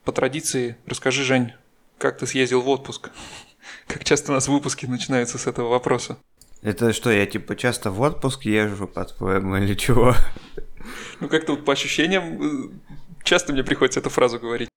По традиции, расскажи, Жень, как ты съездил в отпуск? Как часто у нас выпуски начинаются с этого вопроса? Это что, я типа часто в отпуск езжу, по-твоему, или чего? Ну, как-то вот по ощущениям, часто мне приходится эту фразу говорить.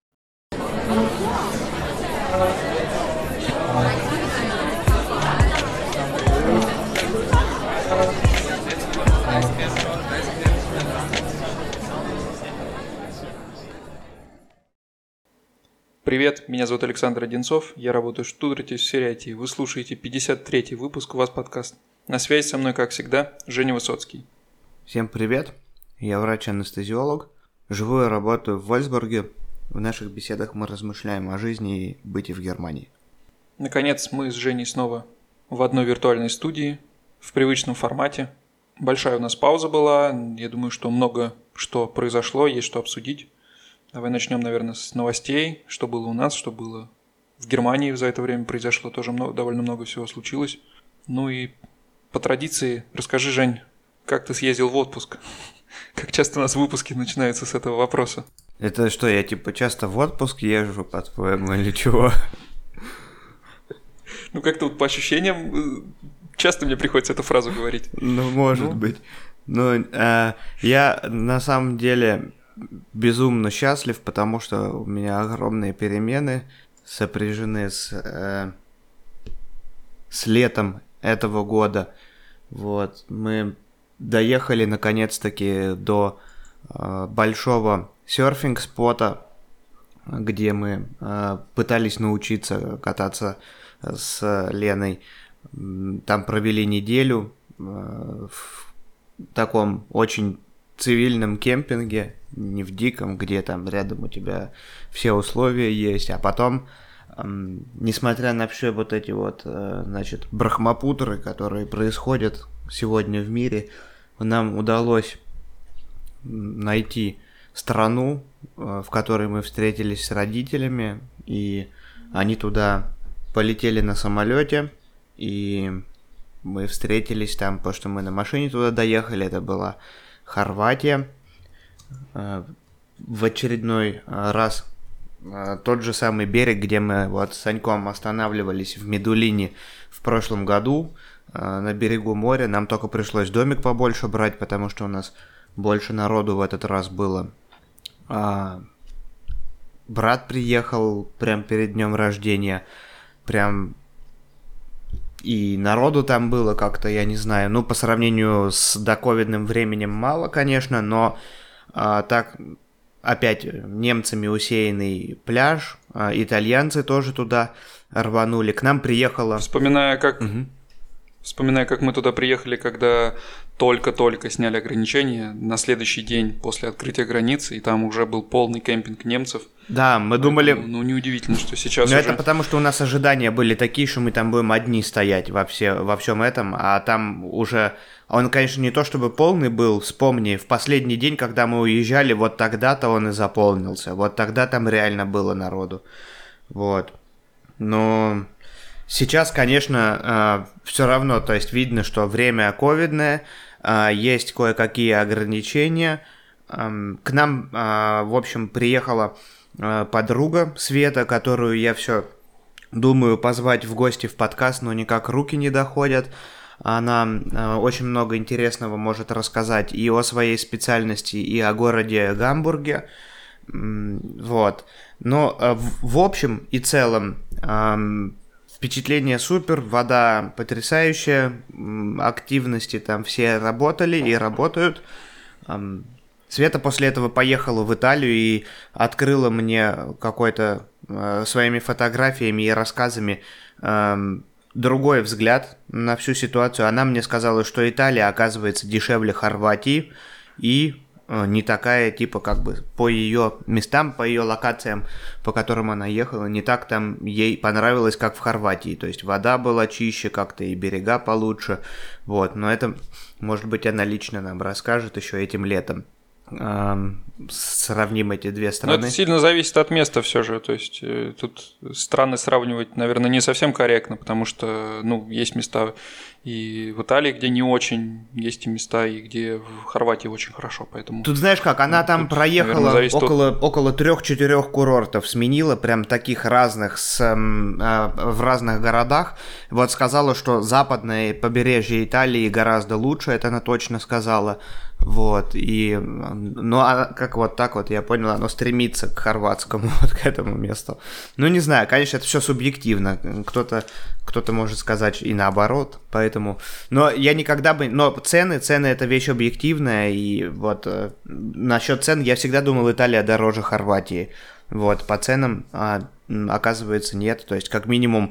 Привет, меня зовут Александр Одинцов, я работаю в Штутгарте в сфере IT. Вы слушаете 53-й выпуск «У вас подкаст». На связи со мной, как всегда, Женя Высоцкий. Всем привет, я врач-анестезиолог, живу и работаю в Вольсбурге. В наших беседах мы размышляем о жизни и быте в Германии. Наконец, мы с Женей снова в одной виртуальной студии, в привычном формате. Большая у нас пауза была, я думаю, что много что произошло, есть что обсудить. Давай начнем, наверное, с новостей, что было у нас, что было в Германии за это время произошло, тоже довольно много всего случилось. Ну и по традиции, расскажи, Жень, как ты съездил в отпуск? Как часто у нас выпуски начинаются с этого вопроса? Это что, я типа часто в отпуск езжу, по-твоему, или чего? Ну как-то вот по ощущениям, часто мне приходится эту фразу говорить. Ну, может быть. Ну, я на самом деле безумно счастлив, потому что у меня огромные перемены сопряжены с летом этого года. Вот, мы доехали наконец-таки до большого серфинг-спота, где мы пытались научиться кататься с Леной. Там провели неделю в таком очень цивильном кемпинге, не в диком, где там рядом у тебя все условия есть, а потом, несмотря на все вот эти вот, значит, брахмапутры, которые происходят сегодня в мире, нам удалось найти страну, в которой мы встретились с родителями, и они туда полетели на самолете, и мы встретились там, потому что мы на машине туда доехали, это была Хорватия. В очередной раз тот же самый берег, где мы вот с Саньком останавливались в Медулине в прошлом году, на берегу моря. Нам только пришлось домик побольше брать, потому что у нас больше народу в этот раз было. Брат приехал прям перед днем рождения, прям... И народу там было как-то, я не знаю, ну, по сравнению с доковидным временем мало, конечно, но так, опять, немцами усеянный пляж, итальянцы тоже туда рванули. К нам приехала... Вспоминая, как мы туда приехали, когда только-только сняли ограничения, на следующий день после открытия границы, и там уже был полный кемпинг немцев. Да, мы думали... Ну, неудивительно, что сейчас Но уже... это потому, что у нас ожидания были такие, что мы там будем одни стоять во всем этом, а там уже... Он, конечно, не то чтобы полный был, вспомни, в последний день, когда мы уезжали, вот тогда-то он и заполнился, вот тогда там реально было народу, вот. Но сейчас, конечно, все равно, то есть видно, что время ковидное, есть кое-какие ограничения. К нам, в общем, приехала подруга Света, которую я все думаю позвать в гости в подкаст, но никак руки не доходят. Она очень много интересного может рассказать и о своей специальности, и о городе Гамбурге. Вот. Но в общем и целом впечатление супер, вода потрясающая, активности там все работали и работают. Света после этого поехала в Италию и открыла мне какой-то своими фотографиями и рассказами другой взгляд на всю ситуацию. Она мне сказала, что Италия оказывается дешевле Хорватии и не такая, типа, как бы по ее местам, по ее локациям, по которым она ехала, не так там ей понравилось, как в Хорватии. То есть вода была чище как-то и берега получше. Вот, но это, может быть, она лично нам расскажет еще этим летом. Сравним эти две страны. Но это сильно зависит от места все же, то есть тут страны сравнивать, наверное, не совсем корректно, потому что, ну, есть места и в Италии, где не очень есть и места, и где в Хорватии очень хорошо, поэтому... Тут знаешь как, она там тут, проехала наверное, около 3-4 курортов, сменила прям таких разных в разных городах. Вот сказала, что западное побережье Италии гораздо лучше, это она точно сказала. Вот, и, ну, а как вот так вот, я понял, оно стремится к хорватскому, вот к этому месту. Ну, не знаю, конечно, это все субъективно, кто-то может сказать и наоборот, поэтому, но я никогда бы, но цены это вещь объективная, и вот насчет цен я всегда думал, Италия дороже Хорватии, вот, по ценам, оказывается, нет, то есть как минимум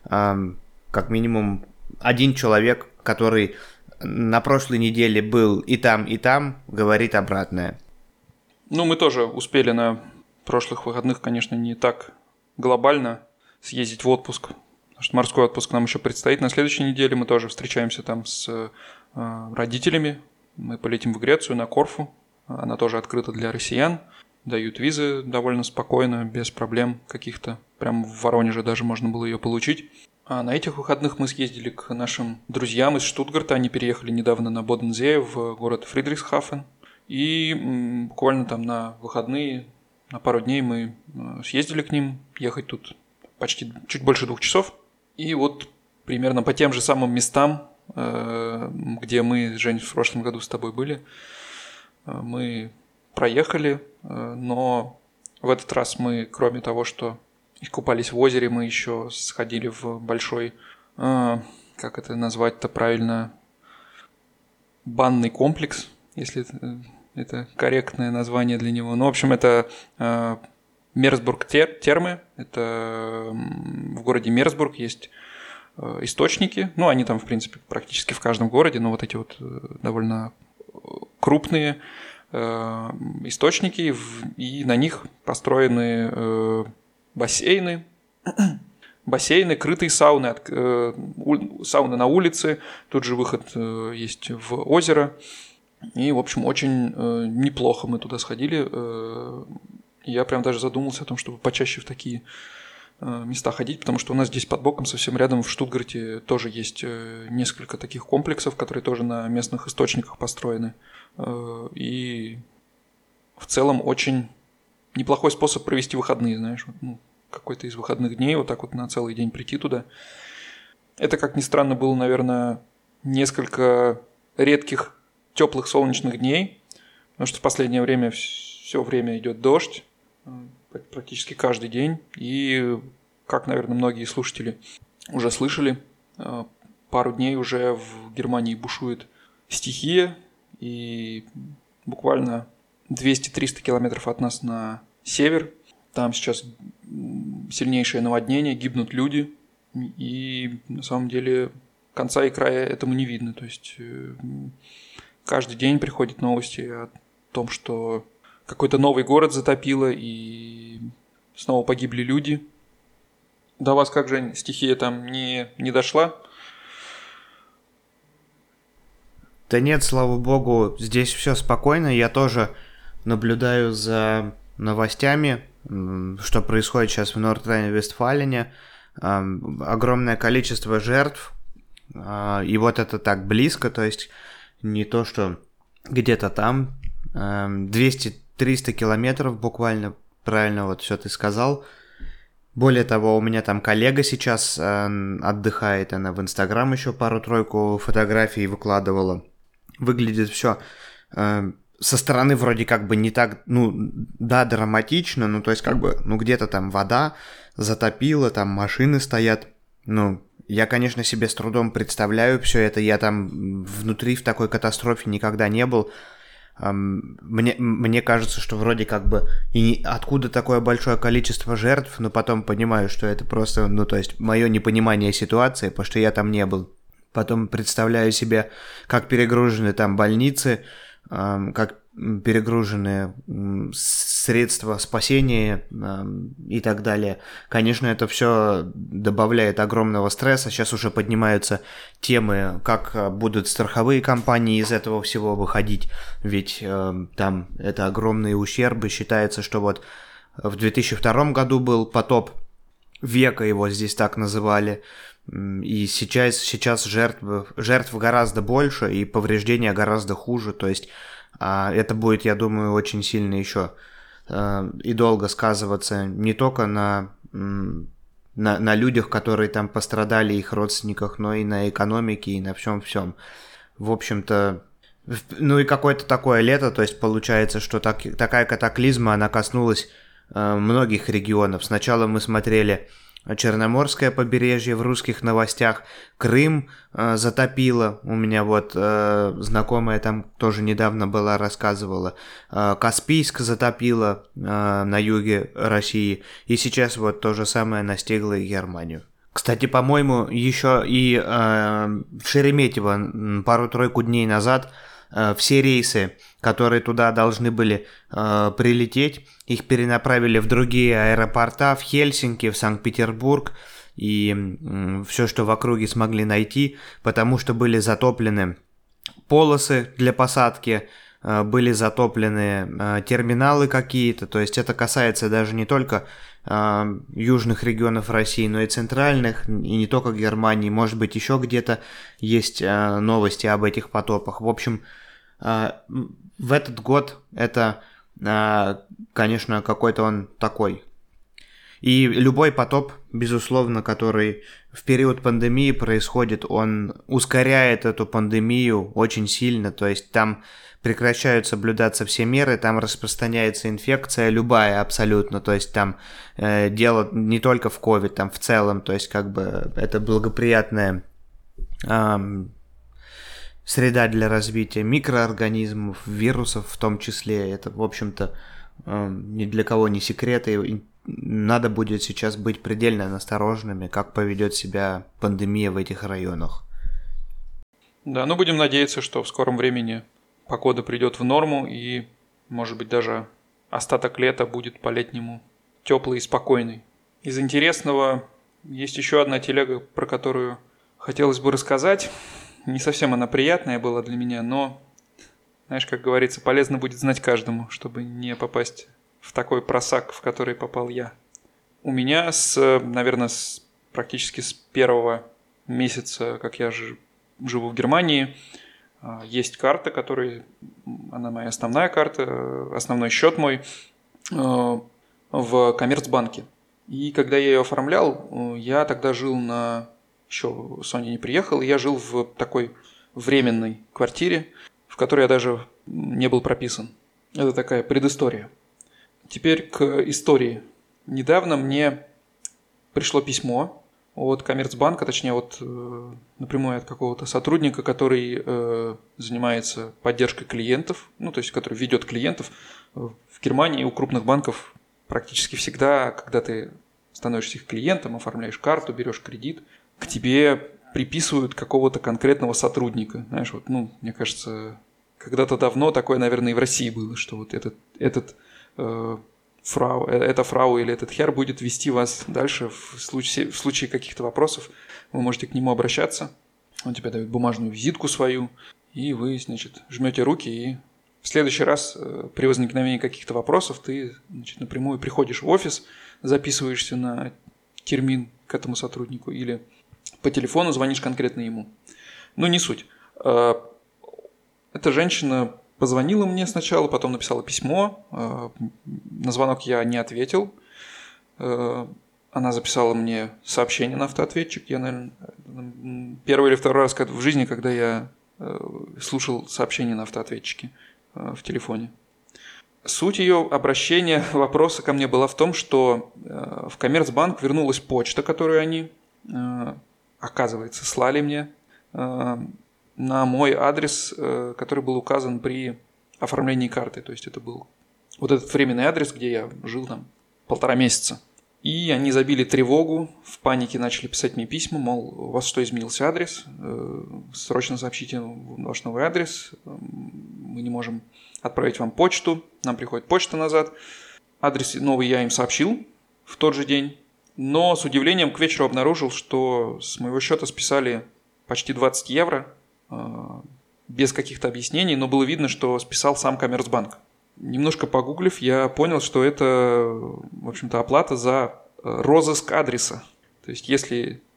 один человек, который на прошлой неделе был и там, говорит обратное. Ну, мы тоже успели на прошлых выходных, конечно, не так глобально съездить в отпуск, потому что морской отпуск нам еще предстоит. На следующей неделе мы тоже встречаемся там с родителями. Мы полетим в Грецию, на Корфу. Она тоже открыта для россиян. Дают визы довольно спокойно, без проблем каких-то. Прям в Воронеже даже можно было ее получить. А на этих выходных мы съездили к нашим друзьям из Штутгарта. Они переехали недавно на Бодензее в город Фридрихсхафен. И буквально там на выходные, на пару дней мы съездили к ним. Ехать тут почти чуть больше 2 часов. И вот примерно по тем же самым местам, где мы, Жень, в прошлом году с тобой были, мы проехали. Но в этот раз мы, кроме того, что купались в озере, мы еще сходили в большой, как это назвать-то правильно, банный комплекс, если это корректное название для него. Ну, в общем, это Мерсбург термы, это в городе Мерсбург есть источники, ну, они там, в принципе, практически в каждом городе, но вот эти вот довольно крупные источники, и на них построены бассейны, крытые сауны, сауны на улице, тут же выход есть в озеро. И, в общем, очень неплохо мы туда сходили. Я прям даже задумался о том, чтобы почаще в такие места ходить, потому что у нас здесь под боком, совсем рядом в Штутгарте, тоже есть несколько таких комплексов, которые тоже на местных источниках построены. И в целом очень неплохой способ провести выходные, знаешь, ну, какой-то из выходных дней, вот так вот на целый день прийти туда. Это, как ни странно, было, наверное, несколько редких теплых солнечных дней, потому что в последнее время все время идет дождь, практически каждый день. И, как, наверное, многие слушатели уже слышали, пару дней уже в Германии бушует стихия, и буквально 200-300 километров от нас на север. Там сейчас сильнейшее наводнение, гибнут люди, и на самом деле конца и края этому не видно. То есть каждый день приходят новости о том, что какой-то новый город затопило, и снова погибли люди. До вас как же стихия там не дошла? Да нет, слава богу, здесь все спокойно. Я тоже наблюдаю за новостями, что происходит сейчас в Нордрейн-Вестфалене. Огромное количество жертв, и вот это так близко, то есть не то, что где-то там, 200-300 километров буквально, правильно вот все ты сказал. Более того, у меня там коллега сейчас отдыхает, она в Инстаграм еще пару-тройку фотографий выкладывала. Выглядит все со стороны вроде как бы не так, ну да, драматично, ну то есть как бы, ну где-то там вода затопила, там машины стоят, ну я, конечно, себе с трудом представляю все это, я там внутри в такой катастрофе никогда не был. Мне кажется, что вроде как бы и откуда такое большое количество жертв, но потом понимаю, что это просто, ну то есть мое непонимание ситуации, потому что я там не был. Потом представляю себе, как перегружены там больницы, как перегружены средства спасения и так далее. Конечно, это все добавляет огромного стресса. Сейчас уже поднимаются темы, как будут страховые компании из этого всего выходить, ведь там это огромные ущербы. Считается, что вот в 2002 году был потоп века, его здесь так называли. И сейчас жертв гораздо больше, и повреждения гораздо хуже. То есть это будет, я думаю, очень сильно еще и долго сказываться не только на людях, которые там пострадали, их родственниках, но и на экономике, и на всем. В общем-то, ну и какое-то такое лето, то есть получается, что такая катаклизма, она коснулась многих регионов. Сначала мы смотрели Черноморское побережье в русских новостях, Крым затопило, у меня вот знакомая там тоже недавно была, рассказывала, Каспийск затопило на юге России, и сейчас вот то же самое настигло и Германию. Кстати, по-моему, еще и в Шереметьево пару-тройку дней назад все рейсы, которые туда должны были прилететь, их перенаправили в другие аэропорта, в Хельсинки, в Санкт-Петербург и все, что в округе смогли найти, потому что были затоплены полосы для посадки, были затоплены терминалы какие-то, то есть это касается даже не только южных регионов России, но и центральных, и не только Германии, может быть, еще где-то есть новости об этих потопах. В общем, в этот год это, конечно, какой-то он такой. И любой потоп, безусловно, который в период пандемии происходит, он ускоряет эту пандемию очень сильно, то есть там прекращают соблюдаться все меры, там распространяется инфекция любая абсолютно, то есть там дело не только в COVID, там в целом, то есть как бы это благоприятная среда для развития микроорганизмов, вирусов в том числе, это, в общем-то, ни для кого не секрет, и надо будет сейчас быть предельно настороженными, как поведет себя пандемия в этих районах. Да, ну будем надеяться, что в скором времени погода придет в норму и, может быть, даже остаток лета будет по-летнему теплый и спокойный. Из интересного есть еще одна телега, про которую хотелось бы рассказать. Не совсем она приятная была для меня, но, знаешь, как говорится, полезно будет знать каждому, чтобы не попасть в такой просак, в который попал я. У меня наверное, практически с первого месяца, как я живу в Германии, есть карта, она моя основная карта, основной счет мой в Коммерцбанке. И когда я ее оформлял, я тогда жил еще Соня не приехала, и я жил в такой временной квартире, в которой я даже не был прописан. Это такая предыстория. Теперь к истории. Недавно мне пришло письмо от Коммерцбанка, точнее напрямую от какого-то сотрудника, который занимается поддержкой клиентов, ну то есть который ведет клиентов. В Германии у крупных банков практически всегда, когда ты становишься их клиентом, оформляешь карту, берешь кредит, к тебе приписывают какого-то конкретного сотрудника. Знаешь, мне кажется, когда-то давно такое, наверное, и в России было, что вот эта фрау или этот хер будет вести вас дальше в случае каких-то вопросов. Вы можете к нему обращаться. Он тебе дает бумажную визитку свою, и вы, значит, жмете руки, и в следующий раз при возникновении каких-то вопросов ты, значит, напрямую приходишь в офис, записываешься на термин к этому сотруднику или по телефону звонишь конкретно ему. Ну, не суть. Эта женщина позвонила мне сначала, потом написала письмо. На звонок я не ответил. Она записала мне сообщение на автоответчик. Я, наверное, первый или второй раз в жизни, когда я слушал сообщение на автоответчике в телефоне. Суть ее обращения, вопроса ко мне была в том, что в Коммерцбанк вернулась почта, которую они, оказывается, слали мне на мой адрес, который был указан при оформлении карты. То есть это был вот этот временный адрес, где я жил там 1,5 месяца. И они забили тревогу, в панике начали писать мне письма, мол, у вас что, изменился адрес? Срочно сообщите ваш новый адрес, мы не можем отправить вам почту, нам приходит почта назад. Адрес новый я им сообщил в тот же день, но с удивлением к вечеру обнаружил, что с моего счета списали почти 20 евро, без каких-то объяснений, но было видно, что списал сам Коммерцбанк. Немножко погуглив, я понял, что это, в общем-то, оплата за розыск адреса. То есть, если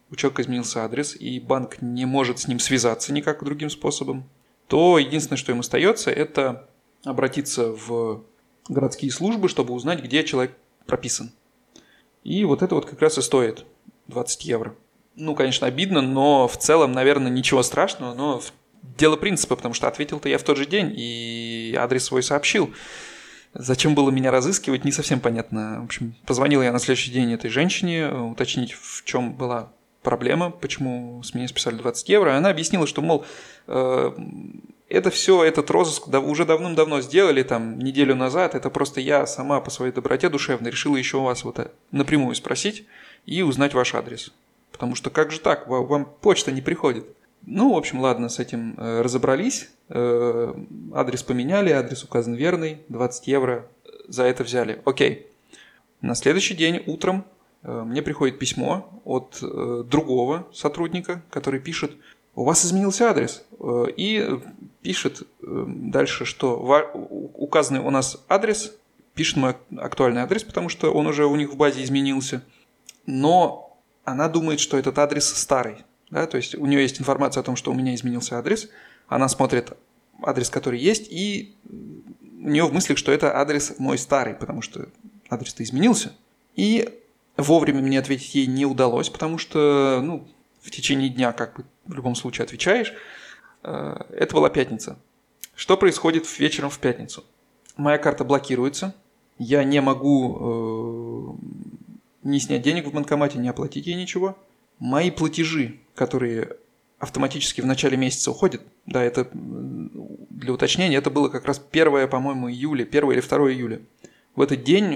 у человека изменился адрес, и банк не может с ним связаться никак другим способом, то единственное, что им остается, это обратиться в городские службы, чтобы узнать, где человек прописан. И вот это вот как раз и стоит 20 евро. Ну, конечно, обидно, но в целом, наверное, ничего страшного, но дело принципа, потому что ответил-то я в тот же день и адрес свой сообщил. Зачем было меня разыскивать, не совсем понятно. В общем, позвонил я на следующий день этой женщине, уточнить, в чем была проблема, почему с меня списали 20 евро. Она объяснила, что, мол, это все, этот розыск уже давным-давно сделали, там, неделю назад. Это просто я сама по своей доброте душевной решила еще у вас вот напрямую спросить и узнать ваш адрес. Потому что как же так, вам почта не приходит. Ну, в общем, ладно, с этим разобрались. Адрес поменяли, адрес указан верный, 20 евро за это взяли. Окей. На следующий день утром мне приходит письмо от другого сотрудника, который пишет: у вас изменился адрес. И пишет дальше, что указанный у нас адрес, пишет мой актуальный адрес, потому что он уже у них в базе изменился. Но она думает, что этот адрес старый. Да? То есть у нее есть информация о том, что у меня изменился адрес. Она смотрит адрес, который есть, и у нее в мыслях, что это адрес мой старый, потому что адрес-то изменился. И вовремя мне ответить ей не удалось, потому что в течение дня как бы в любом случае отвечаешь. Это была пятница. Что происходит вечером в пятницу? Моя карта блокируется. Я не могу не снять денег в банкомате, не оплатить ей ничего. Мои платежи, которые автоматически в начале месяца уходят, да, это для уточнения, это было как раз 1, по-моему, июля, 1 или 2 июля. В этот день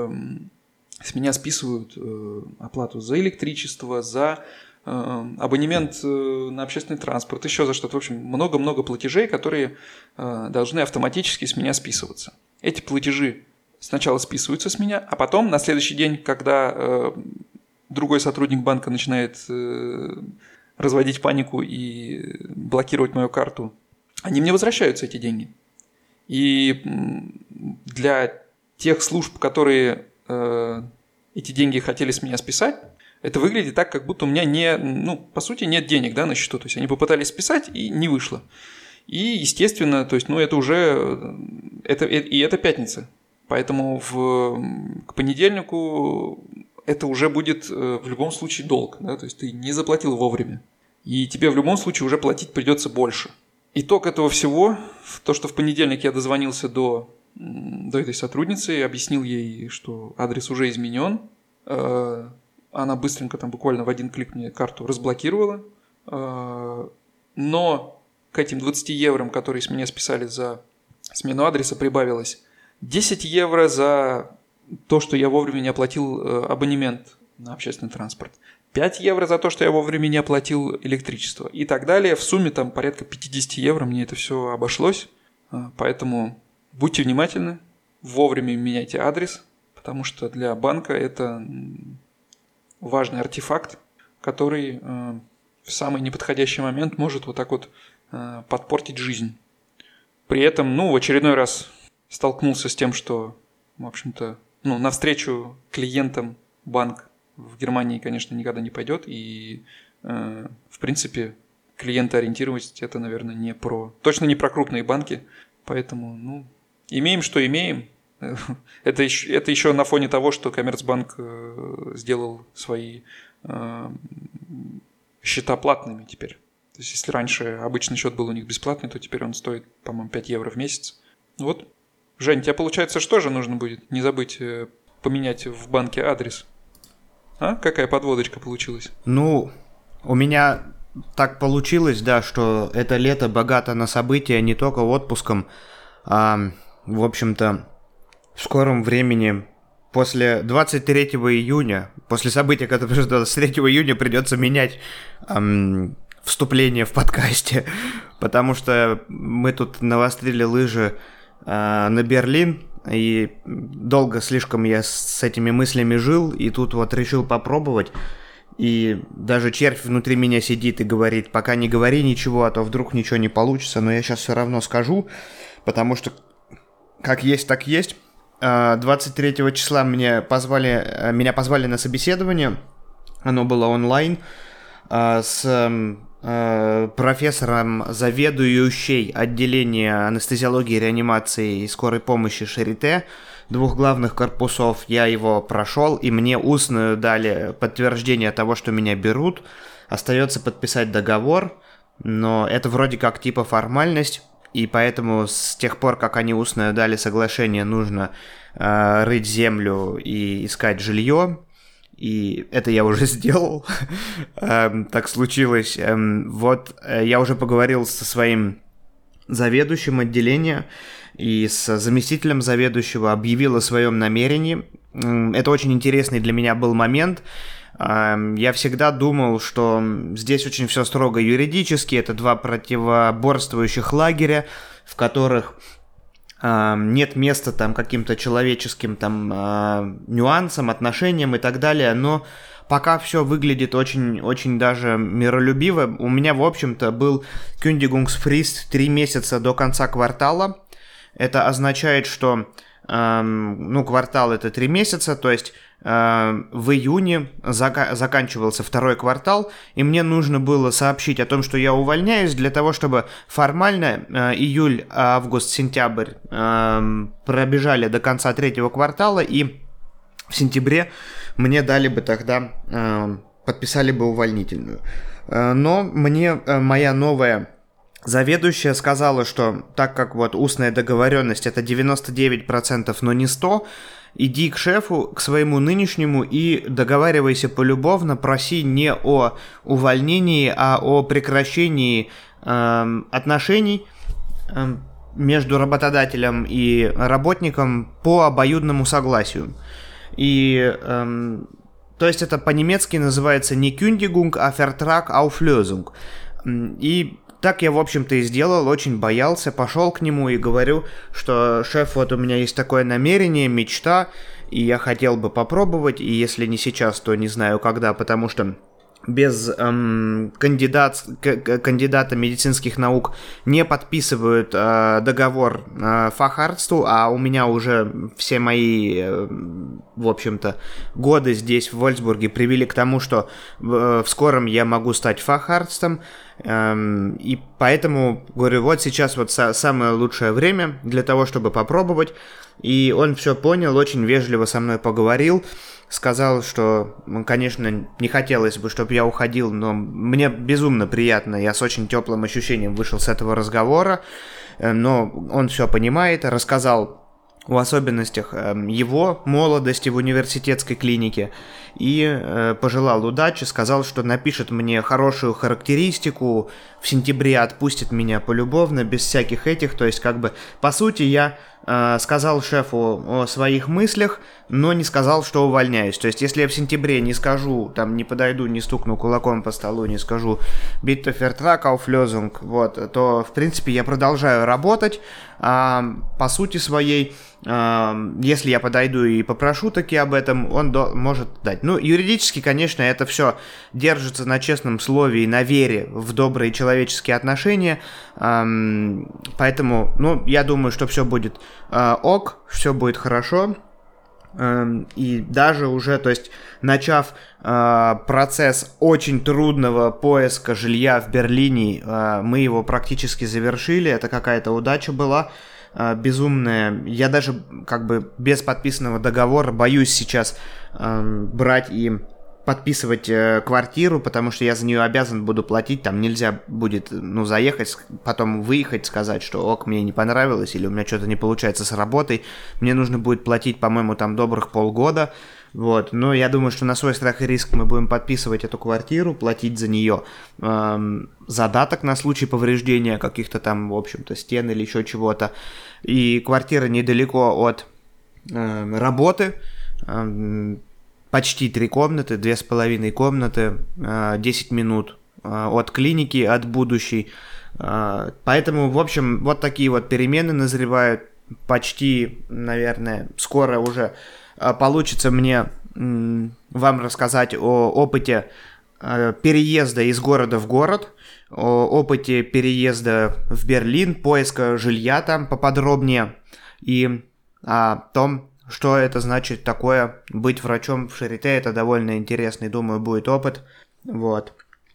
с меня списывают оплату за электричество, за абонемент на общественный транспорт, еще за что-то. В общем, много-много платежей, которые должны автоматически с меня списываться. Эти платежи сначала списываются с меня, а потом на следующий день, когда другой сотрудник банка начинает разводить панику и блокировать мою карту, они мне возвращаются, эти деньги. И для тех служб, которые эти деньги хотели с меня списать, это выглядит так, как будто у меня по сути, нет денег, да, на счету. То есть они попытались списать, и не вышло. И, естественно, то есть, это уже... Это пятница. Поэтому к понедельнику это уже будет в любом случае долг. Да? То есть ты не заплатил вовремя. И тебе в любом случае уже платить придется больше. Итог этого всего, то, что в понедельник я дозвонился до этой сотрудницы и объяснил ей, что адрес уже изменен. Она быстренько, там буквально в один клик мне карту разблокировала. Но к этим 20 евро, которые с меня списали за смену адреса, прибавилось 10 евро за то, что я вовремя не оплатил абонемент на общественный транспорт. 5 евро за то, что я вовремя не оплатил электричество. И так далее. В сумме там порядка 50 евро мне это все обошлось. Поэтому будьте внимательны, вовремя меняйте адрес, потому что для банка это важный артефакт, который в самый неподходящий момент может вот так вот подпортить жизнь. При этом, в очередной раз столкнулся с тем, что, в общем-то, навстречу клиентам банк в Германии, конечно, никогда не пойдет. И, в принципе, клиентоориентированность это, наверное, точно не про крупные банки. Поэтому, имеем, что имеем. Это еще на фоне того, что Коммерцбанк сделал свои счета платными теперь. То есть, если раньше обычный счет был у них бесплатный, то теперь он стоит, по-моему, 5 евро в месяц. Вот. Жень, тебе, получается, что же нужно будет? Не забыть поменять в банке адрес. А? Какая подводочка получилась? У меня так получилось, да, что это лето богато на события, не только отпуском, а, в общем-то, в скором времени, после 23 июня, после события, которое произошло 23 июня, придется менять вступление в подкасте, потому что мы тут навострили лыжи на Берлин, и долго слишком я с этими мыслями жил, и тут вот решил попробовать, и даже червь внутри меня сидит и говорит: пока не говори ничего, а то вдруг ничего не получится, но я сейчас все равно скажу, потому что как есть, так есть. 23 числа меня позвали на собеседование, оно было онлайн. с профессором, заведующей отделение анестезиологии, реанимации и скорой помощи Шарите, 2 главных корпусов. Я его прошел, и мне устную дали подтверждение того, что меня берут. Остается подписать договор, но это вроде как типа формальность, и поэтому с тех пор, как они устное дали соглашение, нужно рыть землю и искать жилье. И это я уже сделал. Так случилось. Вот я уже поговорил со своим заведующим отделения и с заместителем заведующего, объявил о своем намерении. Это очень интересный для меня был момент. Я всегда думал, что здесь очень все строго юридически. Это 2 противоборствующих лагеря, в которых нет места там каким-то человеческим там нюансам, отношениям и так далее, но пока все выглядит очень даже миролюбиво. У меня, в общем-то, был Kündigungsfrist 3 месяца до конца квартала. Это означает, что квартал это 3 месяца, то есть в июне заканчивался 2-й квартал, и мне нужно было сообщить о том, что я увольняюсь, для того, чтобы формально июль, август, сентябрь пробежали до конца 3-го квартала, и в сентябре мне дали бы тогда, подписали бы увольнительную. Но мне моя новая заведующая сказала, что так как вот устная договоренность это 99%, но не 100%, иди к шефу, к своему нынешнему, и договаривайся полюбовно, проси не о увольнении, а о прекращении отношений между работодателем и работником по обоюдному согласию. И то есть это по-немецки называется не Kündigung, а Vertragsauflösung. И так я, в общем-то, и сделал, очень боялся, пошел к нему и говорю, что шеф, вот у меня есть такое намерение, мечта, и я хотел бы попробовать, и если не сейчас, то не знаю когда, потому что без кандидата медицинских наук не подписывают договор фахарству, а у меня уже все мои, в общем-то, годы здесь, в Вольфсбурге, привели к тому, что в скором я могу стать фахарстом, и поэтому, говорю, вот сейчас вот самое лучшее время для того, чтобы попробовать, и он все понял, очень вежливо со мной поговорил, сказал, что, конечно, не хотелось бы, чтобы я уходил, но мне безумно приятно, я с очень теплым ощущением вышел с этого разговора, но он все понимает, рассказал о особенностях его молодости в университетской клинике и пожелал удачи, сказал, что напишет мне хорошую характеристику, в сентябре отпустит меня полюбовно, без всяких этих, то есть как бы по сути я сказал шефу о своих мыслях, но не сказал, что увольняюсь. То есть, если я в сентябре не скажу, там, не подойду, не стукну кулаком по столу, не скажу «Bitte Vertragsauflösung», вот, то, в принципе, я продолжаю работать. По сути своей, если я подойду и попрошу таки об этом, он может дать. Ну, юридически, конечно, это все держится на честном слове и на вере в добрые человеческие отношения, поэтому, ну, я думаю, что все будет ок, все будет хорошо. И даже уже, то есть, начав процесс очень трудного поиска жилья в Берлине, мы его практически завершили, это какая-то удача была безумная. Я даже как бы без подписанного договора боюсь сейчас брать и подписывать квартиру, потому что я за нее обязан буду платить, там нельзя будет, ну, заехать, потом выехать, сказать, что ок, мне не понравилось, или у меня что-то не получается с работой, мне нужно будет платить, по-моему, там добрых полгода, вот, но я думаю, что на свой страх и риск мы будем подписывать эту квартиру, платить за нее задаток на случай повреждения каких-то там, в общем-то, стен или еще чего-то, и квартира недалеко от работы, почти 3 комнаты, 2,5 комнаты, 10 минут от клиники, от будущей. Поэтому, в общем, вот такие вот перемены назревают. Почти, наверное, скоро уже получится мне вам рассказать о опыте переезда из города в город, о опыте переезда в Берлин, поиска жилья там поподробнее и о том, что это значит такое быть врачом в Шарите. Это довольно интересный, думаю, будет опыт. Вот.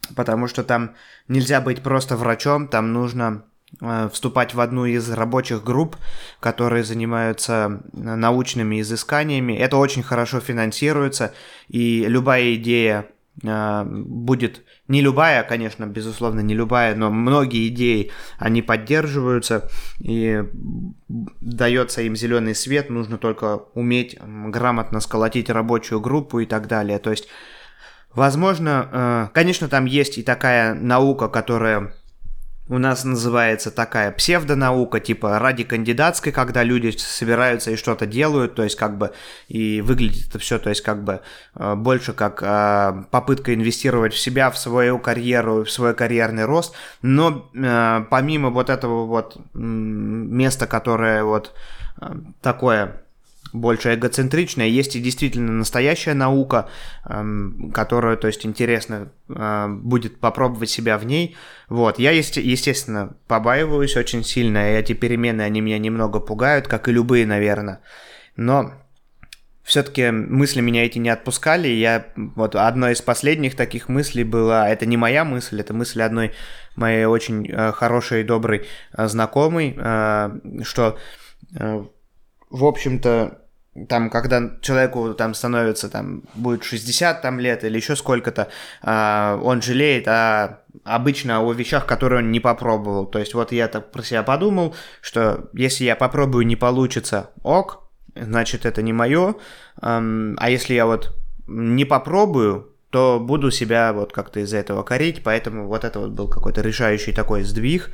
потому что там нельзя быть просто врачом, там нужно вступать в одну из рабочих групп, которые занимаются научными изысканиями. Это очень хорошо финансируется, и любая идея будет, не любая, конечно, безусловно, не любая, но многие идеи, они поддерживаются, и дается им зеленый свет, нужно только уметь грамотно сколотить рабочую группу и так далее. То есть, возможно, конечно, там есть и такая наука, которая у нас называется такая псевдонаука, типа ради кандидатской, когда люди собираются и что-то делают, то есть как бы и выглядит это все, то есть как бы больше как попытка инвестировать в себя, в свою карьеру, в свой карьерный рост, но помимо вот этого вот места, которое вот такое больше эгоцентричная, есть и действительно настоящая наука, которую, то есть, интересно будет попробовать себя в ней. Вот, я, естественно, побаиваюсь очень сильно, и эти перемены, они меня немного пугают, как и любые, наверное. Но все-таки мысли меня эти не отпускали, и вот одной из последних таких мыслей была, это не моя мысль, это мысль одной моей очень хорошей и доброй знакомой, что, в общем-то, там, когда человеку там становится, там, будет 60 там, лет или еще сколько-то, он жалеет обычно о вещах, которые он не попробовал. То есть вот я так про себя подумал, что если я попробую, не получится, ок, значит это не мое, а если я вот не попробую, то буду себя вот как-то из-за этого корить, поэтому вот это вот был какой-то решающий такой сдвиг.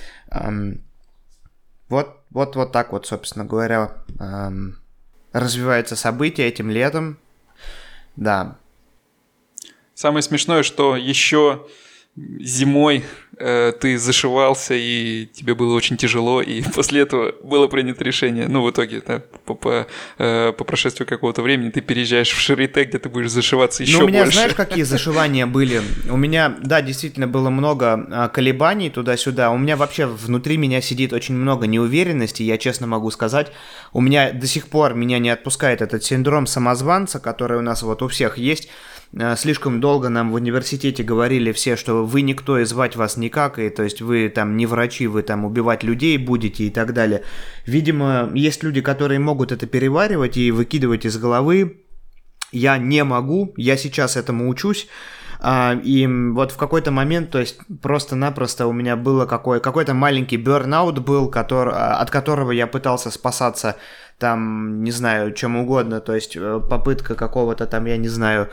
Вот так вот, собственно говоря, развиваются события этим летом, да. Самое смешное, что еще зимой ты зашивался, и тебе было очень тяжело, и после этого было принято решение, ну, в итоге, да, по прошествию какого-то времени ты переезжаешь в Шарите, где ты будешь зашиваться еще больше. Ну, у меня, знаешь, какие зашивания были? У меня, да, действительно было много колебаний туда-сюда, у меня вообще внутри меня сидит очень много неуверенности, я честно могу сказать, у меня до сих пор меня не отпускает этот синдром самозванца, который у нас вот у всех есть. Слишком долго нам в университете говорили все, что вы никто и звать вас никак, и то есть вы там не врачи, вы там убивать людей будете и так далее. Видимо, есть люди, которые могут это переваривать и выкидывать из головы. Я не могу, я сейчас этому учусь. И вот в какой-то момент, то есть просто-напросто у меня было какой-то маленький бернаут был, от которого я пытался спасаться там, не знаю, чем угодно, то есть попытка какого-то там, я не знаю,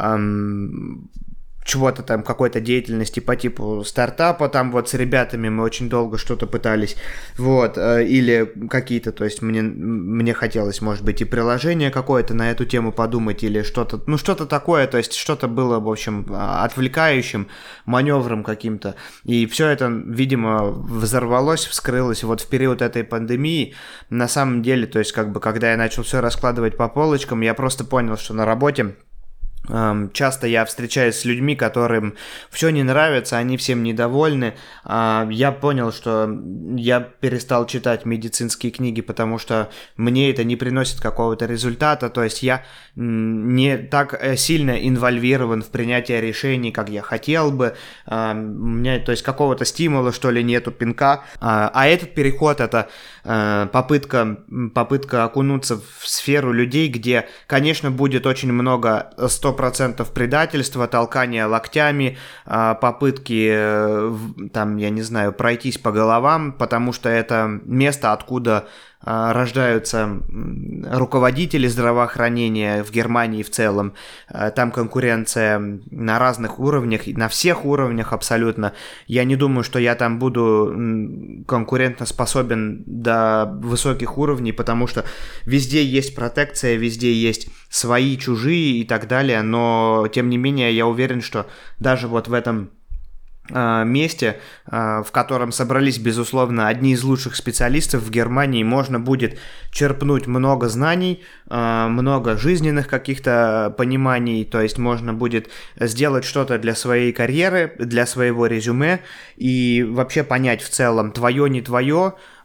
чего-то там, какой-то деятельности по типу стартапа, там вот с ребятами мы очень долго что-то пытались, вот, или какие-то, то есть мне хотелось, может быть, и приложение какое-то на эту тему подумать, или что-то, ну, что-то такое, то есть что-то было, в общем, отвлекающим маневром каким-то, и все это, видимо, взорвалось, вскрылось вот в период этой пандемии. На самом деле, то есть, как бы, когда я начал все раскладывать по полочкам, я просто понял, что на работе часто я встречаюсь с людьми, которым все не нравится, они всем недовольны. Я понял, что я перестал читать медицинские книги, потому что мне это не приносит какого-то результата. То есть я не так сильно инвольвирован в принятие решений, как я хотел бы. У меня, то есть, какого-то стимула, что ли, нету, пинка. А этот переход — это попытка окунуться в сферу людей, где, конечно, будет очень много 100% предательства, толкания локтями, попытки, там, я не знаю, пройтись по головам, потому что это место, откуда рождаются руководители здравоохранения в Германии в целом. Там конкуренция на разных уровнях, на всех уровнях абсолютно. Я не думаю, что я там буду конкурентоспособен до высоких уровней, потому что везде есть протекция, везде есть свои, чужие и так далее, но тем не менее я уверен, что даже вот в этом месте, в котором собрались, безусловно, одни из лучших специалистов в Германии, можно будет черпнуть много знаний, много жизненных каких-то пониманий, то есть можно будет сделать что-то для своей карьеры, для своего резюме и вообще понять в целом, твое, не твое,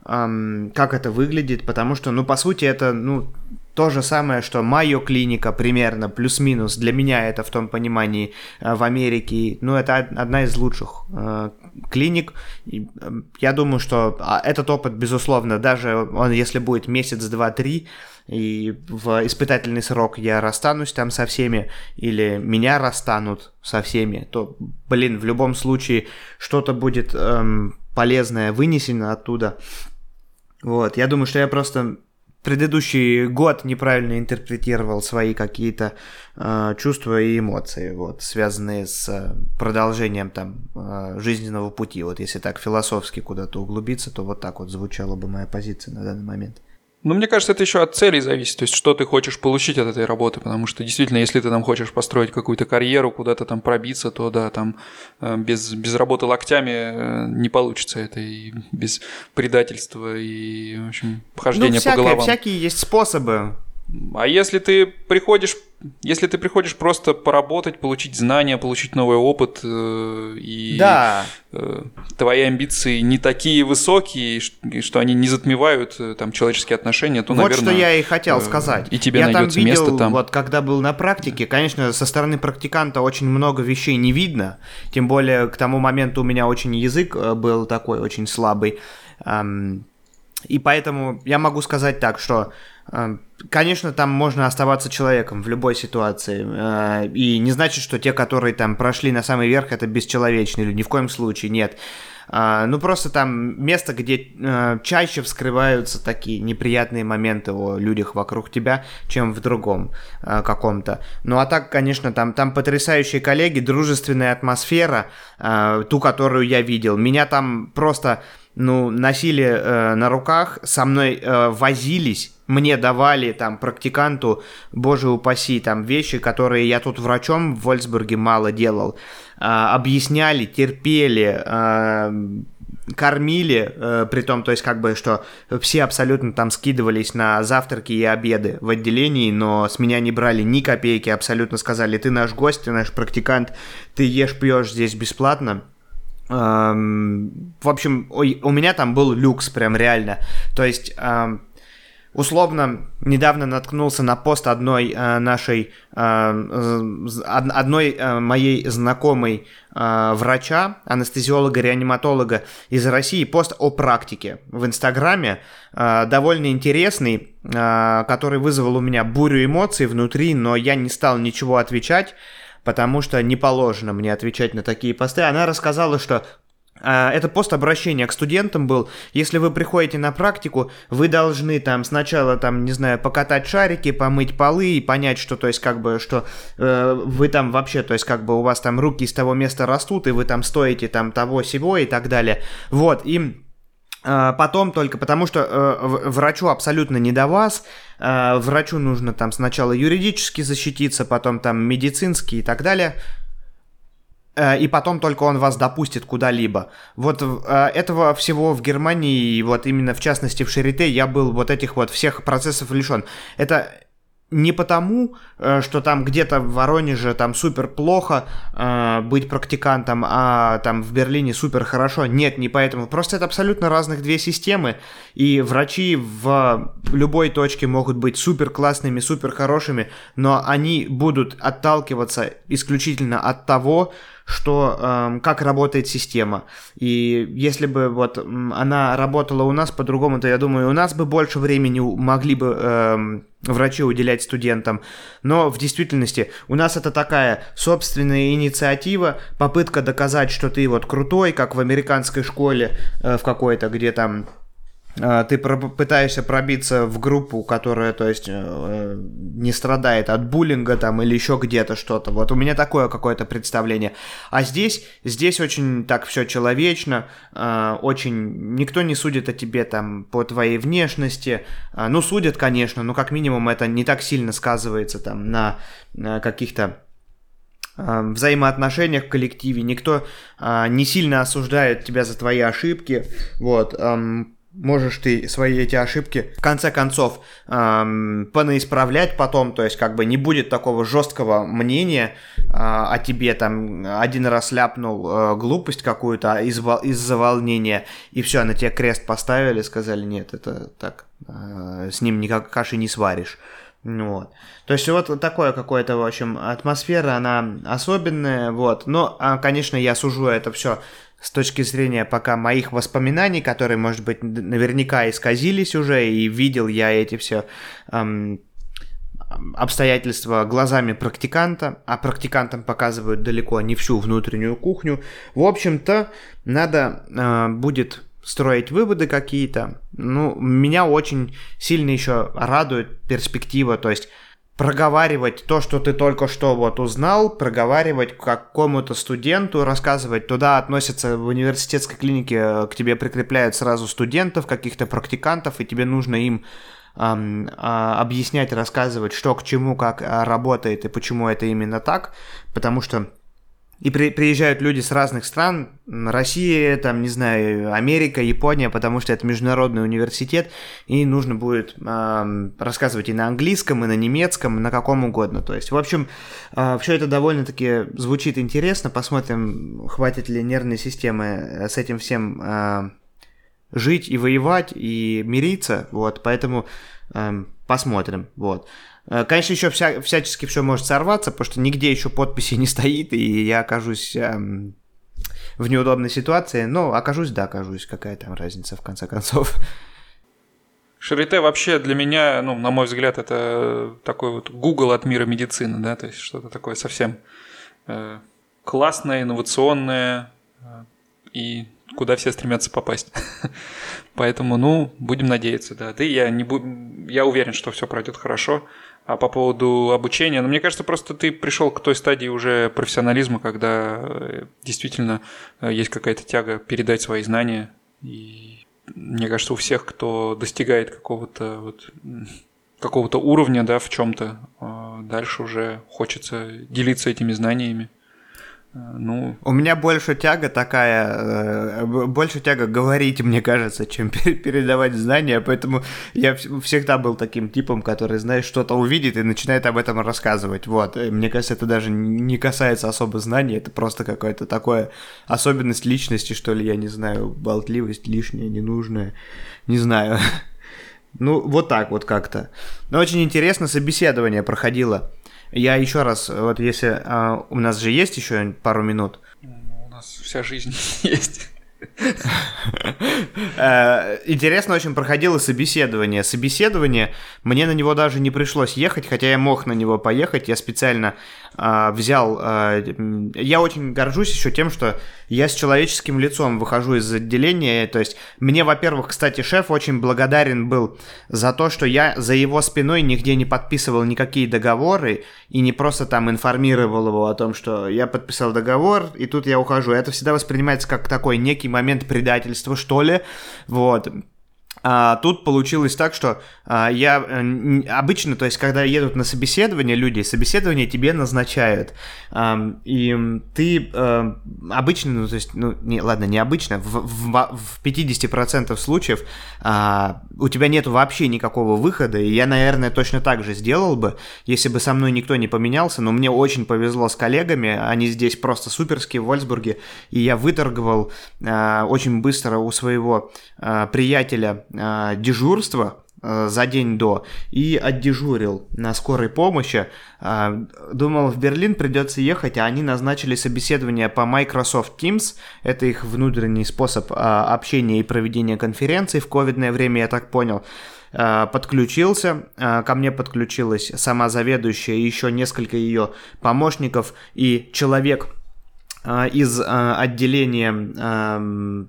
как это выглядит, потому что, по сути, это, то же самое, что Майо клиника примерно, плюс-минус. Для меня это в том понимании в Америке. Это одна из лучших клиник. И, я думаю, что этот опыт, безусловно, даже он, если будет месяц, два, три, и в испытательный срок я расстанусь там со всеми, или меня расстанут со всеми, то, в любом случае что-то будет полезное вынесено оттуда. Вот, я думаю, что я просто предыдущий год неправильно интерпретировал свои какие-то чувства и эмоции, связанные с продолжением жизненного пути. Если так философски куда-то углубиться, то вот так звучала бы моя позиция на данный момент. Мне кажется, это еще от целей зависит, то есть что ты хочешь получить от этой работы, потому что действительно, если ты хочешь построить какую-то карьеру, куда-то пробиться, то да, без работы локтями не получится это, и без предательства, и, в общем, хождения по головам. Всякие есть способы. А если ты приходишь просто поработать, получить знания, получить новый опыт, и твои амбиции не такие высокие, что они не затмевают человеческие отношения, то, наверное... Вот что я и хотел сказать. И тебе найдется место там. Когда был на практике, конечно, со стороны практиканта очень много вещей не видно, тем более к тому моменту у меня очень язык был такой очень слабый, и поэтому я могу сказать так, что, конечно, там можно оставаться человеком в любой ситуации, и не значит, что те, которые прошли на самый верх, это бесчеловечные люди, ни в коем случае, нет. Просто там место, где чаще вскрываются такие неприятные моменты о людях вокруг тебя, чем в другом каком-то. А так, конечно, там потрясающие коллеги, дружественная атмосфера, ту, которую я видел. Меня там просто... носили на руках, со мной возились, мне давали практиканту, боже упаси, вещи, которые я тут врачом в Вольсбурге мало делал, объясняли, терпели, кормили, притом, то есть что все абсолютно скидывались на завтраки и обеды в отделении, но с меня не брали ни копейки, абсолютно сказали: ты наш гость, ты наш практикант, ты ешь, пьешь здесь бесплатно. В общем, у меня там был люкс, прям реально. То есть, условно, недавно наткнулся на пост одной моей знакомой врача, анестезиолога-реаниматолога из России, пост о практике в Инстаграме, довольно интересный, который вызвал у меня бурю эмоций внутри, но я не стал ничего отвечать, потому что не положено мне отвечать на такие посты. Она рассказала, что это пост обращения к студентам был. Если вы приходите на практику, вы должны сначала, покатать шарики, помыть полы и понять, что, то есть, что вы вообще, то есть, у вас руки из того места растут, и вы стоите того-сего и так далее. И потом только, потому что врачу абсолютно не до вас, врачу нужно сначала юридически защититься, потом медицински и так далее, и потом только он вас допустит куда-либо. Этого всего в Германии, именно в частности в Шарите, я был этих всех процессов лишен. Это не потому, что где-то в Воронеже супер плохо быть практикантом, а в Берлине супер хорошо. Нет, не поэтому. Просто это абсолютно разных две системы, и врачи в любой точке могут быть супер классными, супер хорошими, но они будут отталкиваться исключительно от того, как работает система. И если бы она работала у нас по-другому, то, я думаю, у нас бы больше времени могли бы врачи уделять студентам. Но в действительности у нас это такая собственная инициатива, попытка доказать, что ты крутой, как в американской школе в какой-то, где ты пытаешься пробиться в группу, которая, то есть, не страдает от буллинга или еще где-то что-то. У меня такое какое-то представление. А здесь очень так все человечно, очень никто не судит о тебе по твоей внешности. Судят, конечно, но как минимум это не так сильно сказывается на каких-то взаимоотношениях в коллективе. Никто не сильно осуждает тебя за твои ошибки. можешь ты свои эти ошибки в конце концов понаисправлять потом, то есть как бы не будет такого жесткого мнения о тебе, там один раз ляпнул глупость какую-то из-за волнения, и все, на тебя крест поставили, сказали, нет, это так, с ним никак каши не сваришь. Вот. То есть вот такое какое-то, в общем, атмосфера, она особенная, вот. Но, конечно, я сужу это все с точки зрения пока моих воспоминаний, которые, может быть, наверняка исказились уже, и видел я эти все обстоятельства глазами практиканта, а практикантам показывают далеко не всю внутреннюю кухню. В общем-то, надо будет строить выводы какие-то. Ну, меня очень сильно еще радует перспектива, то есть проговаривать то, что ты только что вот узнал, проговаривать какому-то студенту, рассказывать. Туда относятся в университетской клинике, к тебе прикрепляют сразу студентов, каких-то практикантов, и тебе нужно им объяснять, рассказывать, что к чему, как работает и почему это именно так, потому что и приезжают люди с разных стран, Россия, там, не знаю, Америка, Япония, потому что это международный университет, и нужно будет рассказывать и на английском, и на немецком, на каком угодно. То есть, в общем, все это довольно-таки звучит интересно. Посмотрим, хватит ли нервной системы с этим всем жить и воевать, и мириться. Вот, поэтому посмотрим. Вот. Конечно, еще всячески все может сорваться, потому что нигде еще подписи не стоит, и я окажусь в неудобной ситуации. Но окажусь, какая там разница в конце концов. Шарите вообще для меня, ну, на мой взгляд, это такой вот Google от мира медицины, да, то есть что-то такое совсем классное, инновационное, и куда все стремятся попасть. Поэтому, ну, будем надеяться, да. Я уверен, что все пройдет хорошо. А по поводу обучения, ну, мне кажется, просто ты пришел к той стадии уже профессионализма, когда действительно есть какая-то тяга передать свои знания. И мне кажется, у всех, кто достигает какого-то уровня, да, в чем-то, дальше уже хочется делиться этими знаниями. Ну... У меня больше тяга говорить, мне кажется, чем передавать знания, поэтому я всегда был таким типом, который, знаешь, что-то увидит и начинает об этом рассказывать, вот. И мне кажется, это даже не касается особо знаний, это просто какая-то такая особенность личности, что ли, я не знаю, болтливость лишняя, ненужная, не знаю. Ну, вот так вот как-то. Но очень интересно собеседование проходило. Я еще раз, вот если у нас же есть еще пару минут. У нас вся жизнь есть. Интересно очень проходило собеседование. Мне на него даже не пришлось ехать, хотя я мог на него поехать. Я специально взял... Я очень горжусь еще тем, что я с человеческим лицом выхожу из отделения. То есть мне, во-первых, кстати, шеф очень благодарен был за то, что я за его спиной нигде не подписывал никакие договоры и не просто там информировал его о том, что я подписал договор, и тут я ухожу. Это всегда воспринимается как такой некий момент предательства, что ли. Вот. Тут получилось так, что я обычно, то есть, когда едут на собеседование люди, собеседование тебе назначают, и ты обычно, ну, то есть, ну, не обычно, в 50% случаев у тебя нету вообще никакого выхода, и я, наверное, точно так же сделал бы, если бы со мной никто не поменялся, но мне очень повезло с коллегами, они здесь просто суперские в Вольсбурге, и я выторговал очень быстро у своего приятеля дежурство за день до и отдежурил на скорой помощи. Думал, в Берлин придется ехать, а они назначили собеседование по Microsoft Teams. Это их внутренний способ общения и проведения конференций в ковидное время, я так понял. Подключился, ко мне подключилась сама заведующая и еще несколько ее помощников и человек из отделения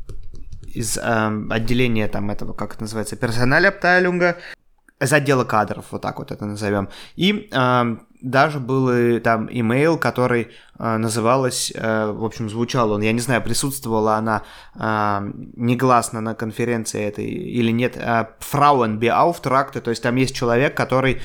там этого, как это называется, персональ-абтейлунга, из отдела кадров, вот так вот это назовем. И даже был там имейл, который называлась, в общем, звучал он, я не знаю, присутствовала она негласно на конференции этой или нет, Frauenbeauftragte, то есть там есть человек, который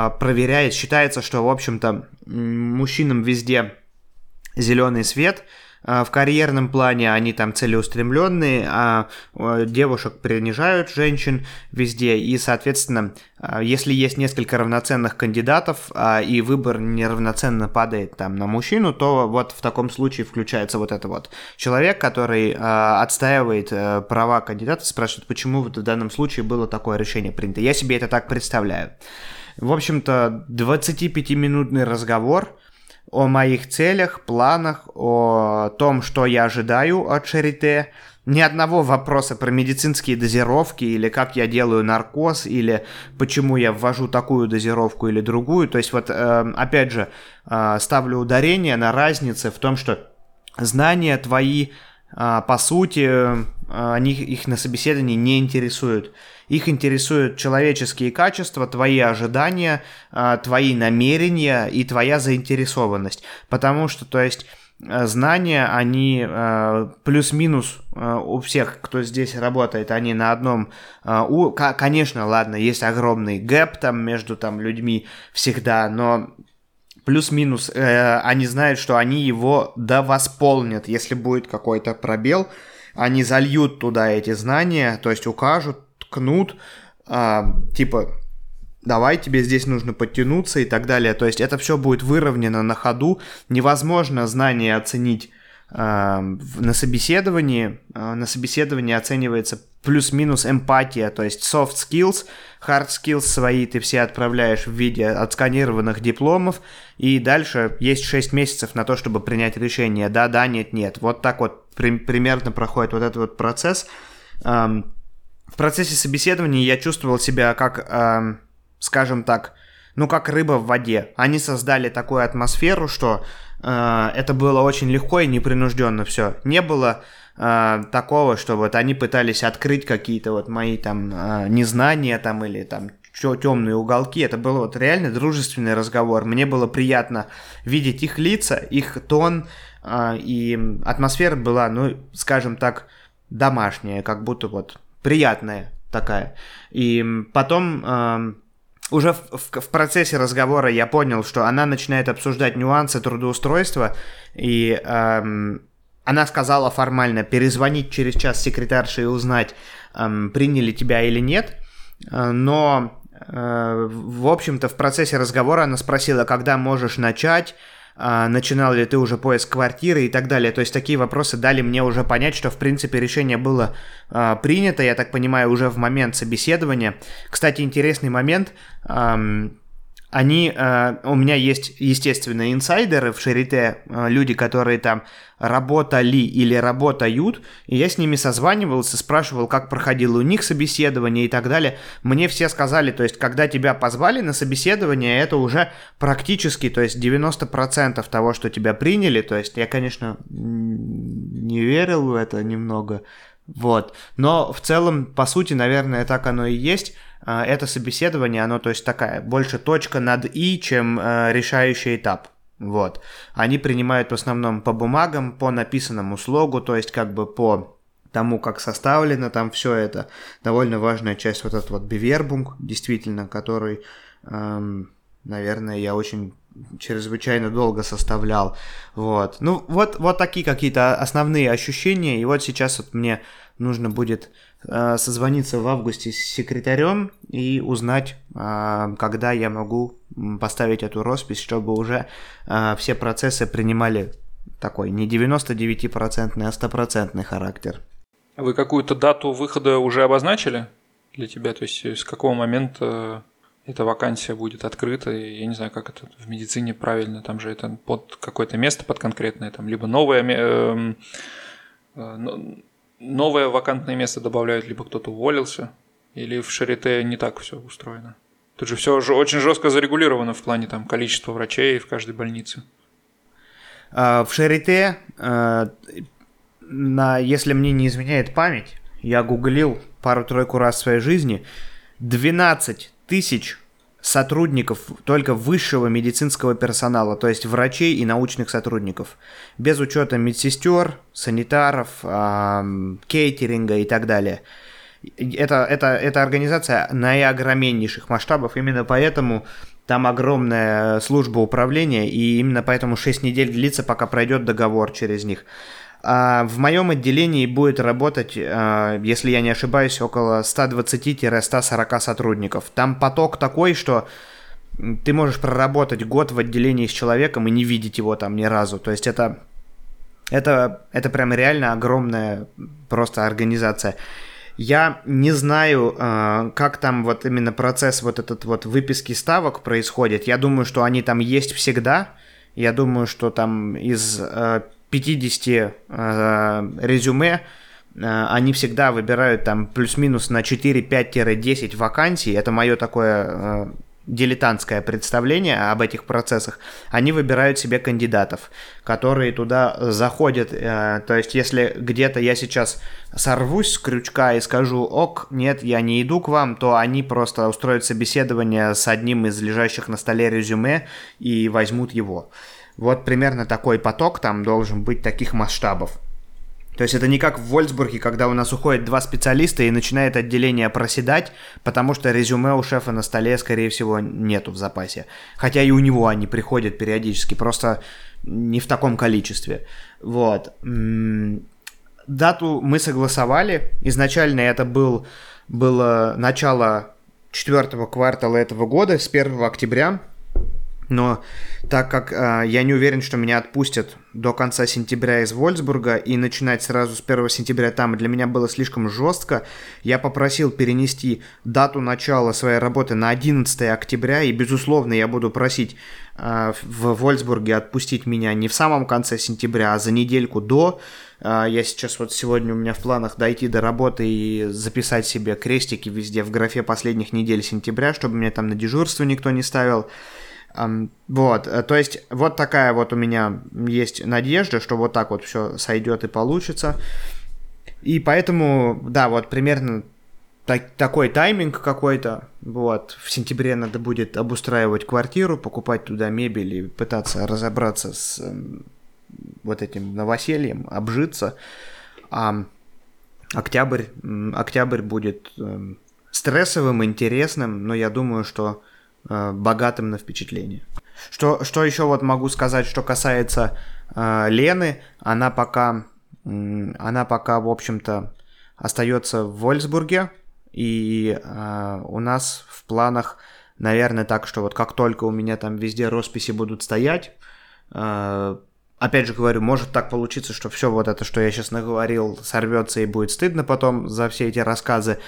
проверяет, считается, что, в общем-то, мужчинам везде зеленый свет, в карьерном плане они там целеустремленные, а девушек принижают, женщин везде, и, соответственно, если есть несколько равноценных кандидатов, и выбор неравноценно падает там на мужчину, то вот в таком случае включается вот это вот человек, который отстаивает права кандидата, спрашивает, почему в данном случае было такое решение принято. Я себе это так представляю. В общем-то, 25-минутный разговор о моих целях, планах, о том, что я ожидаю от Шарите. Ни одного вопроса про медицинские дозировки, или как я делаю наркоз, или почему я ввожу такую дозировку или другую. То есть вот, опять же, ставлю ударение на разнице в том, что знания твои, по сути, их на собеседовании не интересуют. Их интересуют человеческие качества, твои ожидания, твои намерения и твоя заинтересованность. Потому что, то есть, знания, они плюс-минус у всех, кто здесь работает, они на одном... Конечно, ладно, есть огромный гэп там между там людьми всегда, но... Плюс-минус, они знают, что они его довосполнят. Если будет какой-то пробел, они зальют туда эти знания, то есть укажут, ткнут, типа, давай, тебе здесь нужно подтянуться и так далее. То есть это все будет выровнено на ходу. Невозможно знания оценить на собеседовании. На собеседовании оценивается плюс-минус эмпатия, то есть soft skills, hard skills свои ты все отправляешь в виде отсканированных дипломов, и дальше есть 6 месяцев на то, чтобы принять решение, да, нет, нет. Вот так вот примерно проходит вот этот вот процесс. В процессе собеседования я чувствовал себя как, скажем так, как рыба в воде. Они создали такую атмосферу, что это было очень легко и непринужденно все. Не было такого, что вот они пытались открыть какие-то вот мои там незнания там или там темные уголки. Это был вот реально дружественный разговор. Мне было приятно видеть их лица, их тон, и атмосфера была, скажем так, домашняя, как будто вот приятная такая. И потом... Уже в процессе разговора я понял, что она начинает обсуждать нюансы трудоустройства, и она сказала формально перезвонить через час секретарше и узнать, приняли тебя или нет, но, в общем-то, в процессе разговора она спросила, когда можешь начать, начинал ли ты уже поиск квартиры и так далее. То есть такие вопросы дали мне уже понять, что в принципе решение было принято, я так понимаю, уже в момент собеседования. Кстати, интересный момент. У меня есть, естественно, инсайдеры в Шарите, люди, которые там работали или работают, и я с ними созванивался, спрашивал, как проходило у них собеседование и так далее. Мне все сказали, то есть, когда тебя позвали на собеседование, это уже практически, то есть, 90% того, что тебя приняли, то есть, я, конечно, не верил в это немного, вот, но в целом, по сути, наверное, так оно и есть. Это собеседование, оно, то есть, такая, больше точка над «и», чем решающий этап. Вот. Они принимают в основном по бумагам, по написанному слогу, то есть, как бы по тому, как составлено там все это. Довольно важная часть вот этот вот Bewerbung, действительно, который, наверное, я очень чрезвычайно долго составлял. Вот. Вот такие какие-то основные ощущения, и вот сейчас вот мне нужно будет созвониться в августе с секретарем и узнать, когда я могу поставить эту роспись, чтобы уже все процессы принимали такой не 99%, а 100% характер. Вы какую-то дату выхода уже обозначили для тебя? То есть с какого момента эта вакансия будет открыта? Я не знаю, как это в медицине правильно, там же это под какое-то место, под конкретное, там либо новое вакантное место добавляют, либо кто-то уволился, или в Шарите не так все устроено? Тут же все очень жестко зарегулировано в плане там количества врачей в каждой больнице. В Шарите, если мне не изменяет память, я гуглил пару-тройку раз в своей жизни, 12 тысяч сотрудников только высшего медицинского персонала, то есть врачей и научных сотрудников, без учета медсестер, санитаров, кейтеринга и так далее. Это организация наиогроменнейших масштабов, именно поэтому Там огромная служба управления, и именно поэтому 6 недель длится, пока пройдет договор через них. В моем отделении будет работать, если я не ошибаюсь, около 120-140 сотрудников. Там поток такой, что ты можешь проработать год в отделении с человеком и не видеть его там ни разу. То есть это прям реально огромная просто организация. Я не знаю, как там вот именно процесс вот этот вот выписки ставок происходит. Я думаю, что они там есть всегда. Я думаю, что там из 50 резюме они всегда выбирают там плюс-минус на 4-5-10 вакансий. Это мое такое дилетантское представление об этих процессах. Они выбирают себе кандидатов, которые туда заходят. То есть, если где-то я сейчас сорвусь с крючка и скажу: ок, нет, я не иду к вам, то они просто устроят собеседование с одним из лежащих на столе резюме и возьмут его. Вот примерно такой поток там должен быть, таких масштабов. То есть это не как в Вольфсбурге, когда у нас уходят 2 специалиста и начинает отделение проседать, потому что резюме у шефа на столе, скорее всего, нету в запасе. Хотя и у него они приходят периодически, просто не в таком количестве. Вот. Дату мы согласовали. Изначально это было начало 4-го квартала этого года, с 1 октября. Но так как я не уверен, что меня отпустят до конца сентября из Вольфсбурга, и начинать сразу с 1 сентября там для меня было слишком жестко, я попросил перенести дату начала своей работы на 11 октября, и, безусловно, я буду просить в Вольфсбурге отпустить меня не в самом конце сентября, а за недельку до. Я сейчас вот сегодня у меня в планах дойти до работы и записать себе крестики везде в графе последних недель сентября, чтобы меня там на дежурство никто не ставил. Вот, то есть вот такая вот у меня есть надежда, что вот так вот все сойдет и получится. И поэтому, да, вот примерно такой тайминг какой-то. Вот, в сентябре надо будет обустраивать квартиру, покупать туда мебель и пытаться разобраться с вот этим новосельем, обжиться. А октябрь будет стрессовым, интересным, но я думаю, что богатым на впечатления. Что еще вот могу сказать, что касается Лены, она пока, в общем-то, остается в Вольфсбурге, и у нас в планах, наверное, так, что вот как только у меня там везде росписи будут стоять, опять же говорю, может так получиться, что все вот это, что я сейчас наговорил, сорвется и будет стыдно потом за все эти рассказы,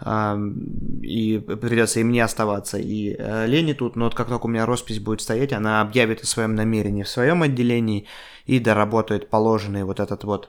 и придется и мне оставаться, и Лене тут, но вот как только у меня роспись будет стоять, она объявит о своем намерении в своем отделении и доработает положенный вот этот вот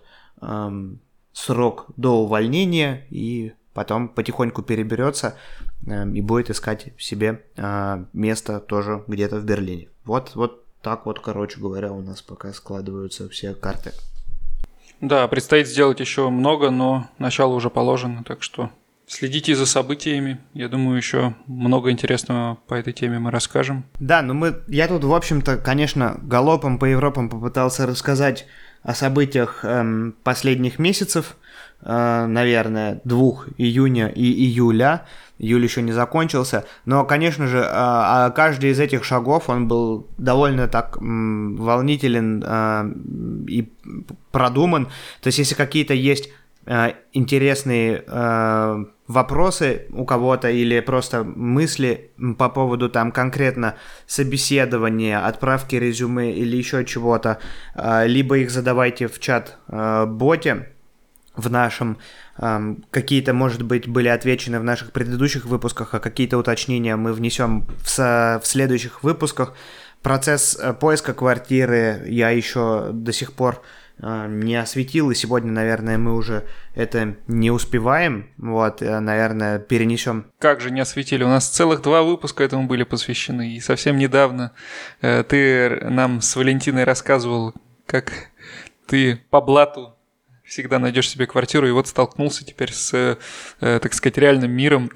срок до увольнения, и потом потихоньку переберется и будет искать себе место тоже где-то в Берлине. Вот так вот, короче говоря, у нас пока складываются все карты. Да, предстоит сделать еще много, но начало уже положено, так что следите за событиями. Я думаю, еще много интересного по этой теме мы расскажем. Да, я тут, в общем-то, конечно, галопом по Европам попытался рассказать о событиях последних месяцев, наверное, 2 июня и июля. Июль еще не закончился, но, конечно же, каждый из этих шагов, он был довольно так волнителен и продуман. То есть, если какие-то есть интересные вопросы у кого-то или просто мысли по поводу там конкретно собеседования, отправки резюме или еще чего-то, либо их задавайте в чат-боте в нашем, какие-то, может быть, были отвечены в наших предыдущих выпусках, а какие-то уточнения мы внесем в следующих выпусках. Процесс поиска квартиры я еще до сих пор не осветил, и сегодня, наверное, мы уже это не успеваем, вот, наверное, перенесем. Как же не осветили? У нас целых 2 выпуска этому были посвящены, и совсем недавно ты нам с Валентиной рассказывал, как ты по блату всегда найдешь себе квартиру, и вот столкнулся теперь с, так сказать, реальным миром.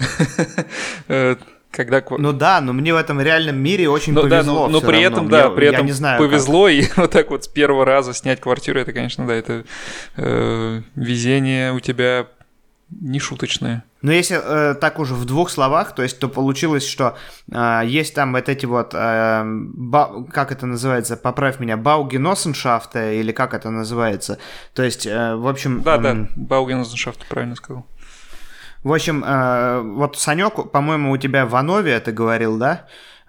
Когда... Ну да, но мне в этом реальном мире очень повезло. Да, но при этом, да, при этом повезло, как. И вот так вот с первого раза снять квартиру, это, конечно, да, это везение у тебя не шуточное. Но если так уже в двух словах, то есть то получилось, что есть там вот эти вот, как это называется, поправь меня, Баугеноссеншафты, или как это называется, то есть, в общем... Да, Баугеноссеншафты, правильно сказал. В общем, вот Санёк, по-моему, у тебя в Анове ты говорил, да?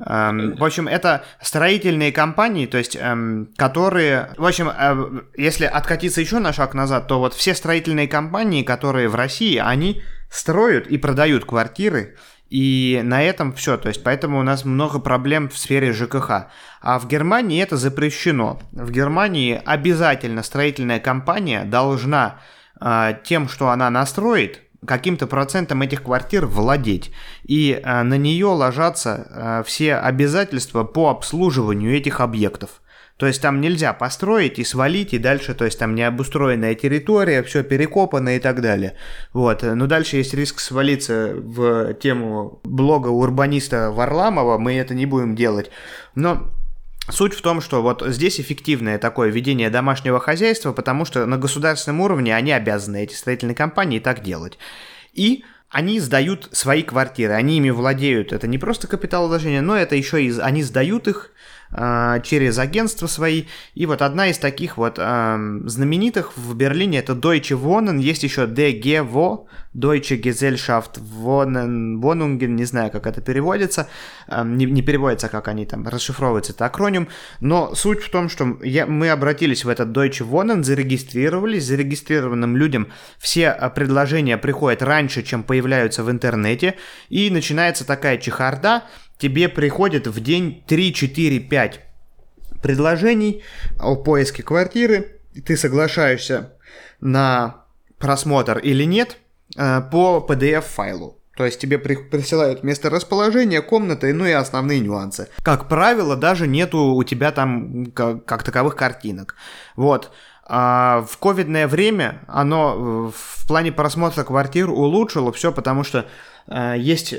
В общем, это строительные компании, то есть, которые... В общем, если откатиться еще на шаг назад, то вот все строительные компании, которые в России, они строят и продают квартиры, и на этом все. То есть, поэтому у нас много проблем в сфере ЖКХ. А в Германии это запрещено. В Германии обязательно строительная компания должна тем, что она настроит, каким-то процентом этих квартир владеть. И на нее ложатся все обязательства по обслуживанию этих объектов. То есть там нельзя построить и свалить, и дальше, то есть там необустроенная территория, все перекопано и так далее. Вот. Но дальше есть риск свалиться в тему блога урбаниста Варламова, мы это не будем делать. Но суть в том, что вот здесь эффективное такое ведение домашнего хозяйства, потому что на государственном уровне они обязаны, эти строительные компании, так делать. И они сдают свои квартиры, они ими владеют. Это не просто капиталовложение, но это еще и они сдают их через агентства свои. И вот одна из таких вот знаменитых в Берлине это Deutsche Wohnen, есть еще DGWO, Deutsche Gesellschaft Wohnungen, не знаю, как это переводится, не переводится, как они там расшифровываются, это акроним, но суть в том, что мы обратились в этот Deutsche Wohnen, зарегистрировались, зарегистрированным людям все предложения приходят раньше, чем появляются в интернете, и начинается такая чехарда. Тебе приходит в день 3, 4, 5 предложений о поиске квартиры, ты соглашаешься на просмотр или нет по PDF-файлу. То есть тебе присылают месторасположение, комнаты, ну и основные нюансы. Как правило, даже нету у тебя там как таковых картинок. Вот. А в ковидное время оно в плане просмотра квартир улучшило все, потому что есть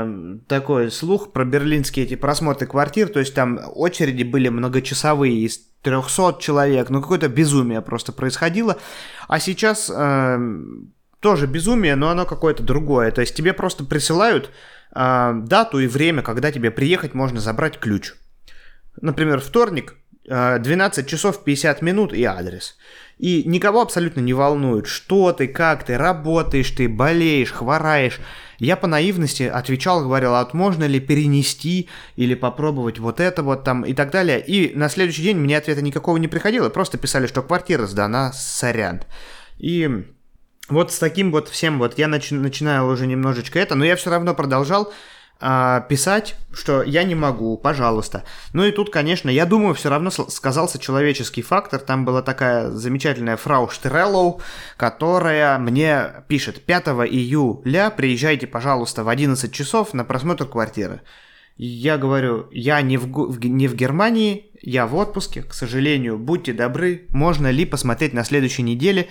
такой слух про берлинские эти просмотры квартир, то есть там очереди были многочасовые, из 300 человек, ну какое-то безумие просто происходило, а сейчас тоже безумие, но оно какое-то другое, то есть тебе просто присылают дату и время, когда тебе приехать можно забрать ключ. Например, вторник, 12 часов 50 минут и адрес. И никого абсолютно не волнует, что ты, как ты, работаешь ты, болеешь, хвораешь. Я по наивности отвечал, говорил, а вот можно ли перенести или попробовать вот это вот там и так далее. И на следующий день мне ответа никакого не приходило, просто писали, что квартира сдана, сорян. И вот с таким вот всем вот я начинаю уже немножечко это, но я все равно продолжал писать, что я не могу, пожалуйста. Ну и тут, конечно, я думаю, все равно сказался человеческий фактор. Там была такая замечательная фрау Штреллоу, которая мне пишет: 5 июля приезжайте, пожалуйста, в 11 часов на просмотр квартиры. Я говорю, я не в Германии, я в отпуске, к сожалению, будьте добры, можно ли посмотреть на следующей неделе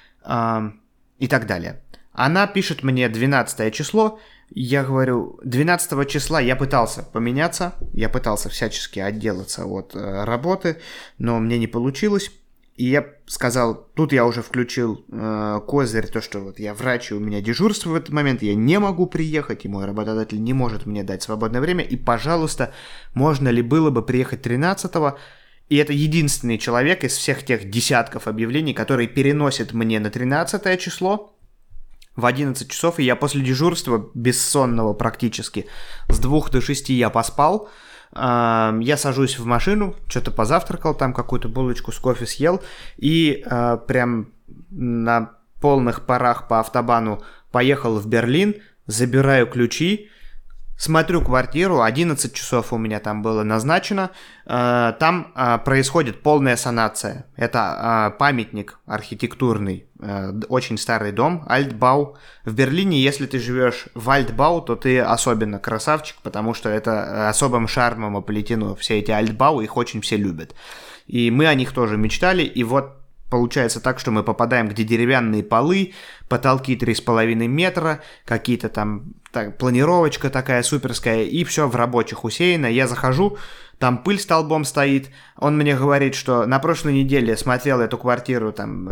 и так далее. Она пишет мне 12 число. Я говорю, 12 числа я пытался поменяться, я пытался всячески отделаться от работы, но мне не получилось. И я сказал, тут я уже включил козырь, то, что вот я врач, и у меня дежурство в этот момент, я не могу приехать, и мой работодатель не может мне дать свободное время, и, пожалуйста, можно ли было бы приехать 13-го, и это единственный человек из всех тех десятков объявлений, который переносит мне на 13 число, в 11 часов, и я после дежурства, бессонного практически, с 2 до 6 я поспал, я сажусь в машину, что-то позавтракал, там какую-то булочку с кофе съел, и прям на полных парах по автобану поехал в Берлин, забираю ключи, смотрю квартиру, 11 часов у меня там было назначено, там происходит полная санация. Это памятник архитектурный, очень старый дом, Альтбау. В Берлине, если ты живешь в Альтбау, то ты особенно красавчик, потому что это особым шармом оплетено. Все эти Альтбау, их очень все любят. И мы о них тоже мечтали, и вот получается так, что мы попадаем, где деревянные полы, потолки 3,5 метра, какие-то там планировочка такая суперская, и все в рабочих усеяно. Я захожу, там пыль столбом стоит. Он мне говорит, что на прошлой неделе смотрел эту квартиру там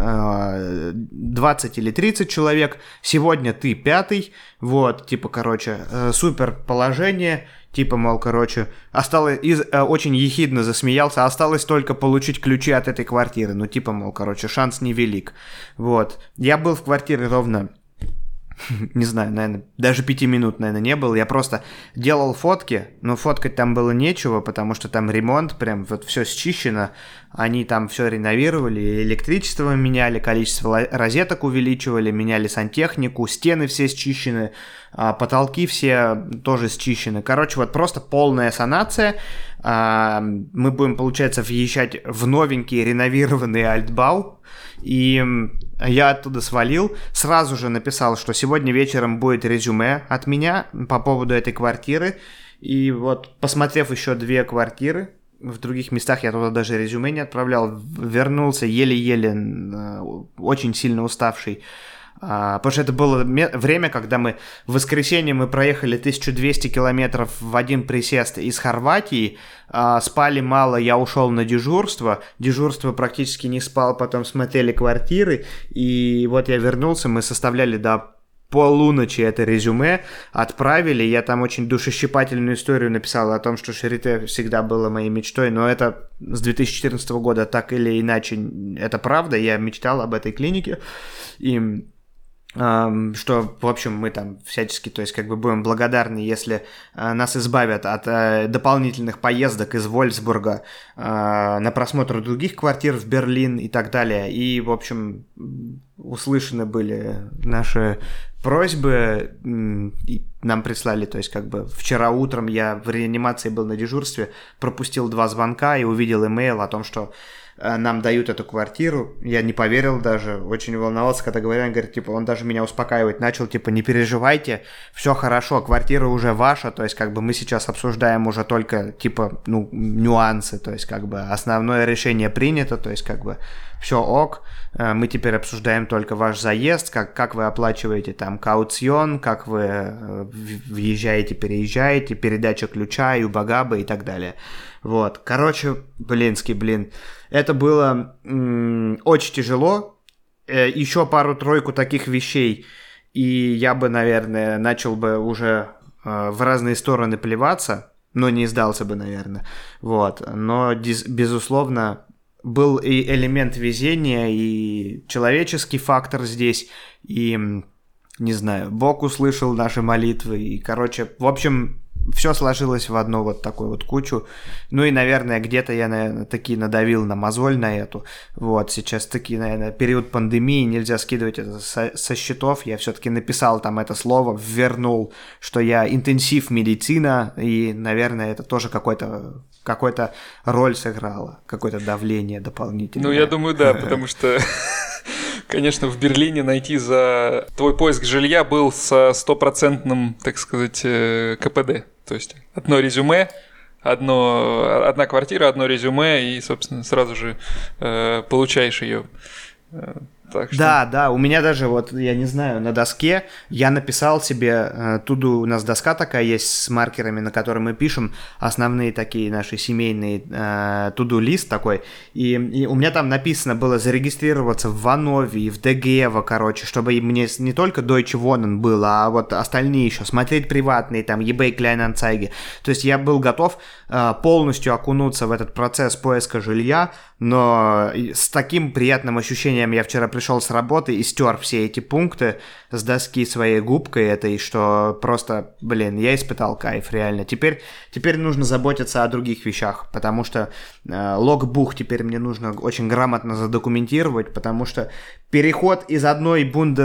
20 или 30 человек, сегодня ты 5-й, вот, типа, короче, супер положение, типа, мол, короче, осталось, очень ехидно засмеялся, осталось только получить ключи от этой квартиры, ну, типа, мол, короче, шанс невелик, вот. Я был в квартире ровно, не знаю, наверное, даже 5 минут, наверное, не было. Я просто делал фотки, но фоткать там было нечего, потому что там ремонт, прям вот все счищено. Они там все реновировали, электричество меняли, количество розеток увеличивали, меняли сантехнику, стены все счищены, потолки все тоже счищены. Короче, вот просто полная санация. Мы будем, получается, въезжать в новенький реновированный Альтбау. И я оттуда свалил, сразу же написал, что сегодня вечером будет резюме от меня по поводу этой квартиры. И вот, посмотрев еще 2 квартиры, в других местах я туда даже резюме не отправлял, вернулся еле-еле, очень сильно уставший. Потому что это было время, когда мы в воскресенье мы проехали 1200 километров в один присест из Хорватии, спали мало, я ушел на дежурство практически не спал, потом смотрели квартиры, и вот я вернулся, мы составляли до полуночи это резюме, отправили, я там очень душещипательную историю написал о том, что Шарите всегда было моей мечтой, но это с 2014 года так или иначе, это правда, я мечтал об этой клинике, и что, в общем, мы там всячески, то есть как бы будем благодарны, если нас избавят от дополнительных поездок из Вольфсбурга на просмотр других квартир в Берлин и так далее. И, в общем, услышаны были наши просьбы, и нам прислали, то есть как бы вчера утром я в реанимации был на дежурстве, пропустил 2 звонка и увидел имейл о том, что нам дают эту квартиру, я не поверил даже, очень волновался, когда говорят, он говорит, типа, он даже меня успокаивать начал, типа, не переживайте, все хорошо, квартира уже ваша, то есть, как бы, мы сейчас обсуждаем уже только, типа, ну, нюансы, то есть, как бы, основное решение принято, то есть, как бы, все ок, мы теперь обсуждаем только ваш заезд, как вы оплачиваете там кауцион, как вы въезжаете, переезжаете, передача ключа, юбагаба и так далее. Вот, короче, блин, это было очень тяжело, еще пару-тройку таких вещей, и я бы, наверное, начал бы уже в разные стороны плеваться, но не сдался бы, наверное, вот, но, безусловно, был и элемент везения, и человеческий фактор здесь, и, не знаю, Бог услышал наши молитвы, и, короче, в общем, все сложилось в одну вот такую вот кучу. Ну и, наверное, где-то я, наверное, таки надавил на мозоль на эту. Вот, сейчас таки, наверное, период пандемии, нельзя скидывать это со счетов. Я все-таки написал там это слово, ввернул, что я интенсив медицина, и, наверное, это тоже какой-то роль сыграло, какое-то давление дополнительное. Ну, я думаю, да, потому что... Конечно, в Берлине найти за твой поиск жилья был со 100%, так сказать, КПД. То есть одно резюме, одна квартира, одно резюме, и, собственно, сразу же получаешь ее. Так что... Да, у меня даже вот, я не знаю, на доске я написал себе, туду у нас доска такая есть с маркерами, на которой мы пишем основные такие наши семейные туду-лист такой, и у меня там написано было зарегистрироваться в Ванове, в Дегево, короче, чтобы мне не только Deutsche Wohnen было, а вот остальные еще, смотреть приватные, там, eBay Kleinanzeigen, то есть я был готов полностью окунуться в этот процесс поиска жилья, но с таким приятным ощущением я вчера пришел с работы и стер все эти пункты с доски своей губкой этой, что просто, я испытал кайф, реально. Теперь нужно заботиться о других вещах, потому что логбух теперь мне нужно очень грамотно задокументировать, потому что переход из одной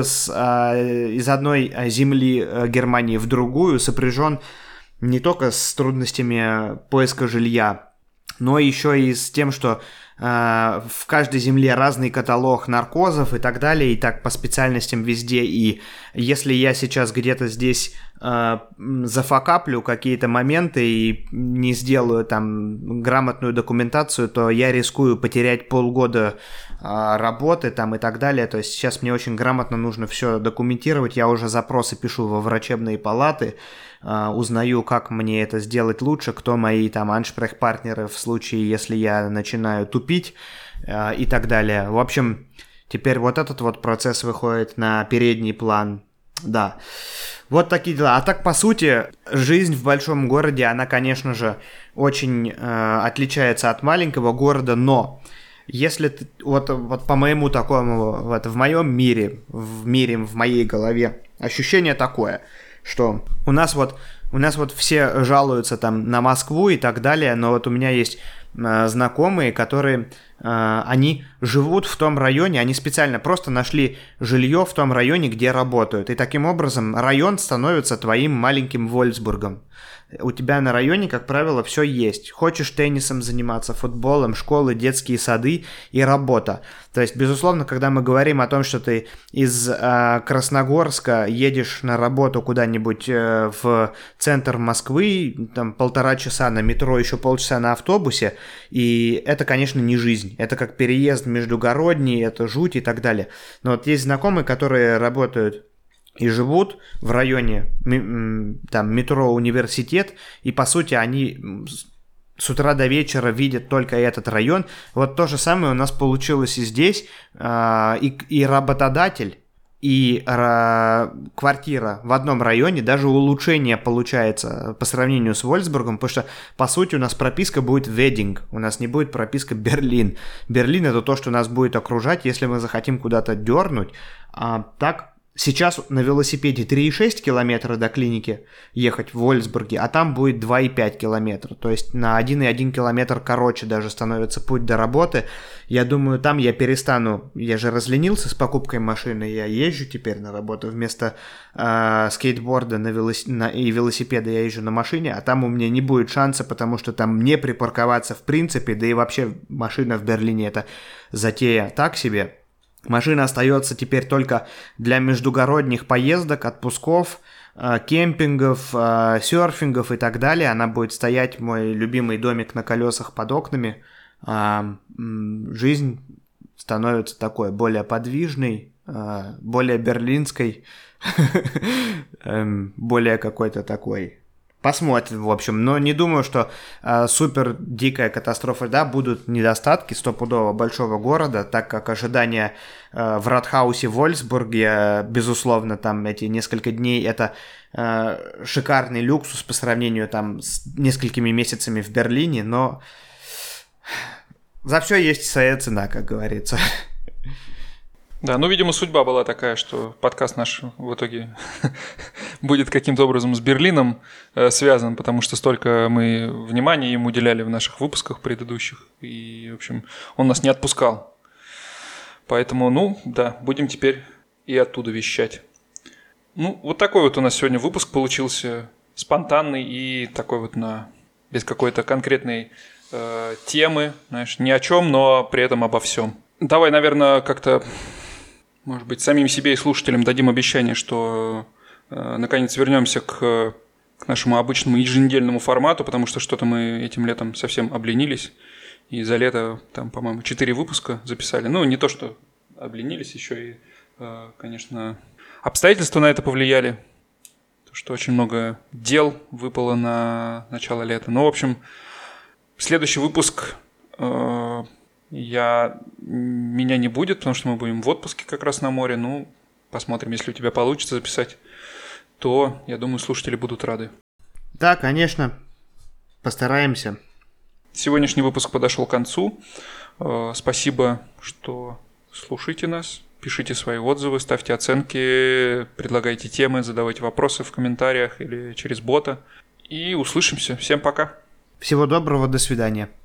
земли Германии в другую сопряжен не только с трудностями поиска жилья, но еще и с тем, что в каждой земле разный каталог наркозов и так далее, и так по специальностям везде. И если я сейчас где-то здесь зафакаплю какие-то моменты и не сделаю там грамотную документацию, то я рискую потерять полгода работы там и так далее. То есть сейчас мне очень грамотно нужно все документировать. Я уже запросы пишу во врачебные палаты, узнаю, как мне это сделать лучше, кто мои там аншпрехпартнеры в случае, если я начинаю тупить и так далее. В общем, теперь вот этот вот процесс выходит на передний план. Да, вот такие дела. А так, по сути, жизнь в большом городе, она, конечно же, очень отличается от маленького города, но если ты, вот по моему такому, вот в моем мире, в моей голове, ощущение такое, что у нас вот все жалуются там на Москву и так далее, но вот у меня есть знакомые, которые, они живут в том районе, они специально просто нашли жилье в том районе, где работают, и таким образом район становится твоим маленьким Вольсбургом. У тебя на районе, как правило, все есть. Хочешь теннисом заниматься, футболом, школы, детские сады и работа. То есть, безусловно, когда мы говорим о том, что ты из Красногорска едешь на работу куда-нибудь в центр Москвы, там 1,5 часа на метро, еще полчаса на автобусе, и это, конечно, не жизнь. Это как переезд междугородний, это жуть и так далее. Но вот есть знакомые, которые работают и живут в районе там метро «Университет», и, по сути, они с утра до вечера видят только этот район. Вот то же самое у нас получилось и здесь. И работодатель, и квартира в одном районе, даже улучшение получается по сравнению с Вольсбургом, потому что, по сути, у нас прописка будет Вединг, у нас не будет прописка Берлин. Берлин — это то, что нас будет окружать, если мы захотим куда-то дернуть. Так, сейчас на велосипеде 3,6 километра до клиники ехать в Вольсбурге, а там будет 2,5 километра. То есть на 1,1 километр короче даже становится путь до работы. Я думаю, там я перестану... Я же разленился с покупкой машины, я езжу теперь на работу. Вместо скейтборда и велосипеда я езжу на машине, а там у меня не будет шанса, потому что там не припарковаться в принципе, да и вообще машина в Берлине — это затея так себе. Машина остается теперь только для междугородних поездок, отпусков, кемпингов, серфингов и так далее. Она будет стоять, мой любимый домик на колесах под окнами. Жизнь становится такой более подвижной, более берлинской, более какой-то такой... Посмотрим, в общем, но не думаю, что супер дикая катастрофа, да, будут недостатки стопудово большого города, так как ожидания в Ратхаусе в Вольсбурге, безусловно, там эти несколько дней — это шикарный люксус по сравнению там с несколькими месяцами в Берлине, но за все есть своя цена, как говорится. Да, ну, видимо, судьба была такая, что подкаст наш в итоге будет каким-то образом с Берлином связан, потому что столько мы внимания ему уделяли в наших выпусках предыдущих, и, в общем, он нас не отпускал. Поэтому, ну, да, будем теперь и оттуда вещать. Ну, вот такой вот у нас сегодня выпуск получился, спонтанный и такой вот без какой-то конкретной темы, знаешь, ни о чем, но при этом обо всем. Давай, наверное, как-то... Может быть, самим себе и слушателям дадим обещание, что наконец вернемся к нашему обычному еженедельному формату, потому что что-то мы этим летом совсем обленились. И за лето, там, по-моему, 4 выпуска записали. Ну, не то, что обленились, еще и, конечно, обстоятельства на это повлияли. То, что очень много дел выпало на начало лета. Ну, в общем, следующий выпуск... Меня не будет, потому что мы будем в отпуске как раз на море. Ну, посмотрим, если у тебя получится записать, то, я думаю, слушатели будут рады. Да, конечно. Постараемся. Сегодняшний выпуск подошел к концу. Спасибо, что слушаете нас. Пишите свои отзывы, ставьте оценки, предлагайте темы, задавайте вопросы в комментариях или через бота. И услышимся. Всем пока. Всего доброго, до свидания.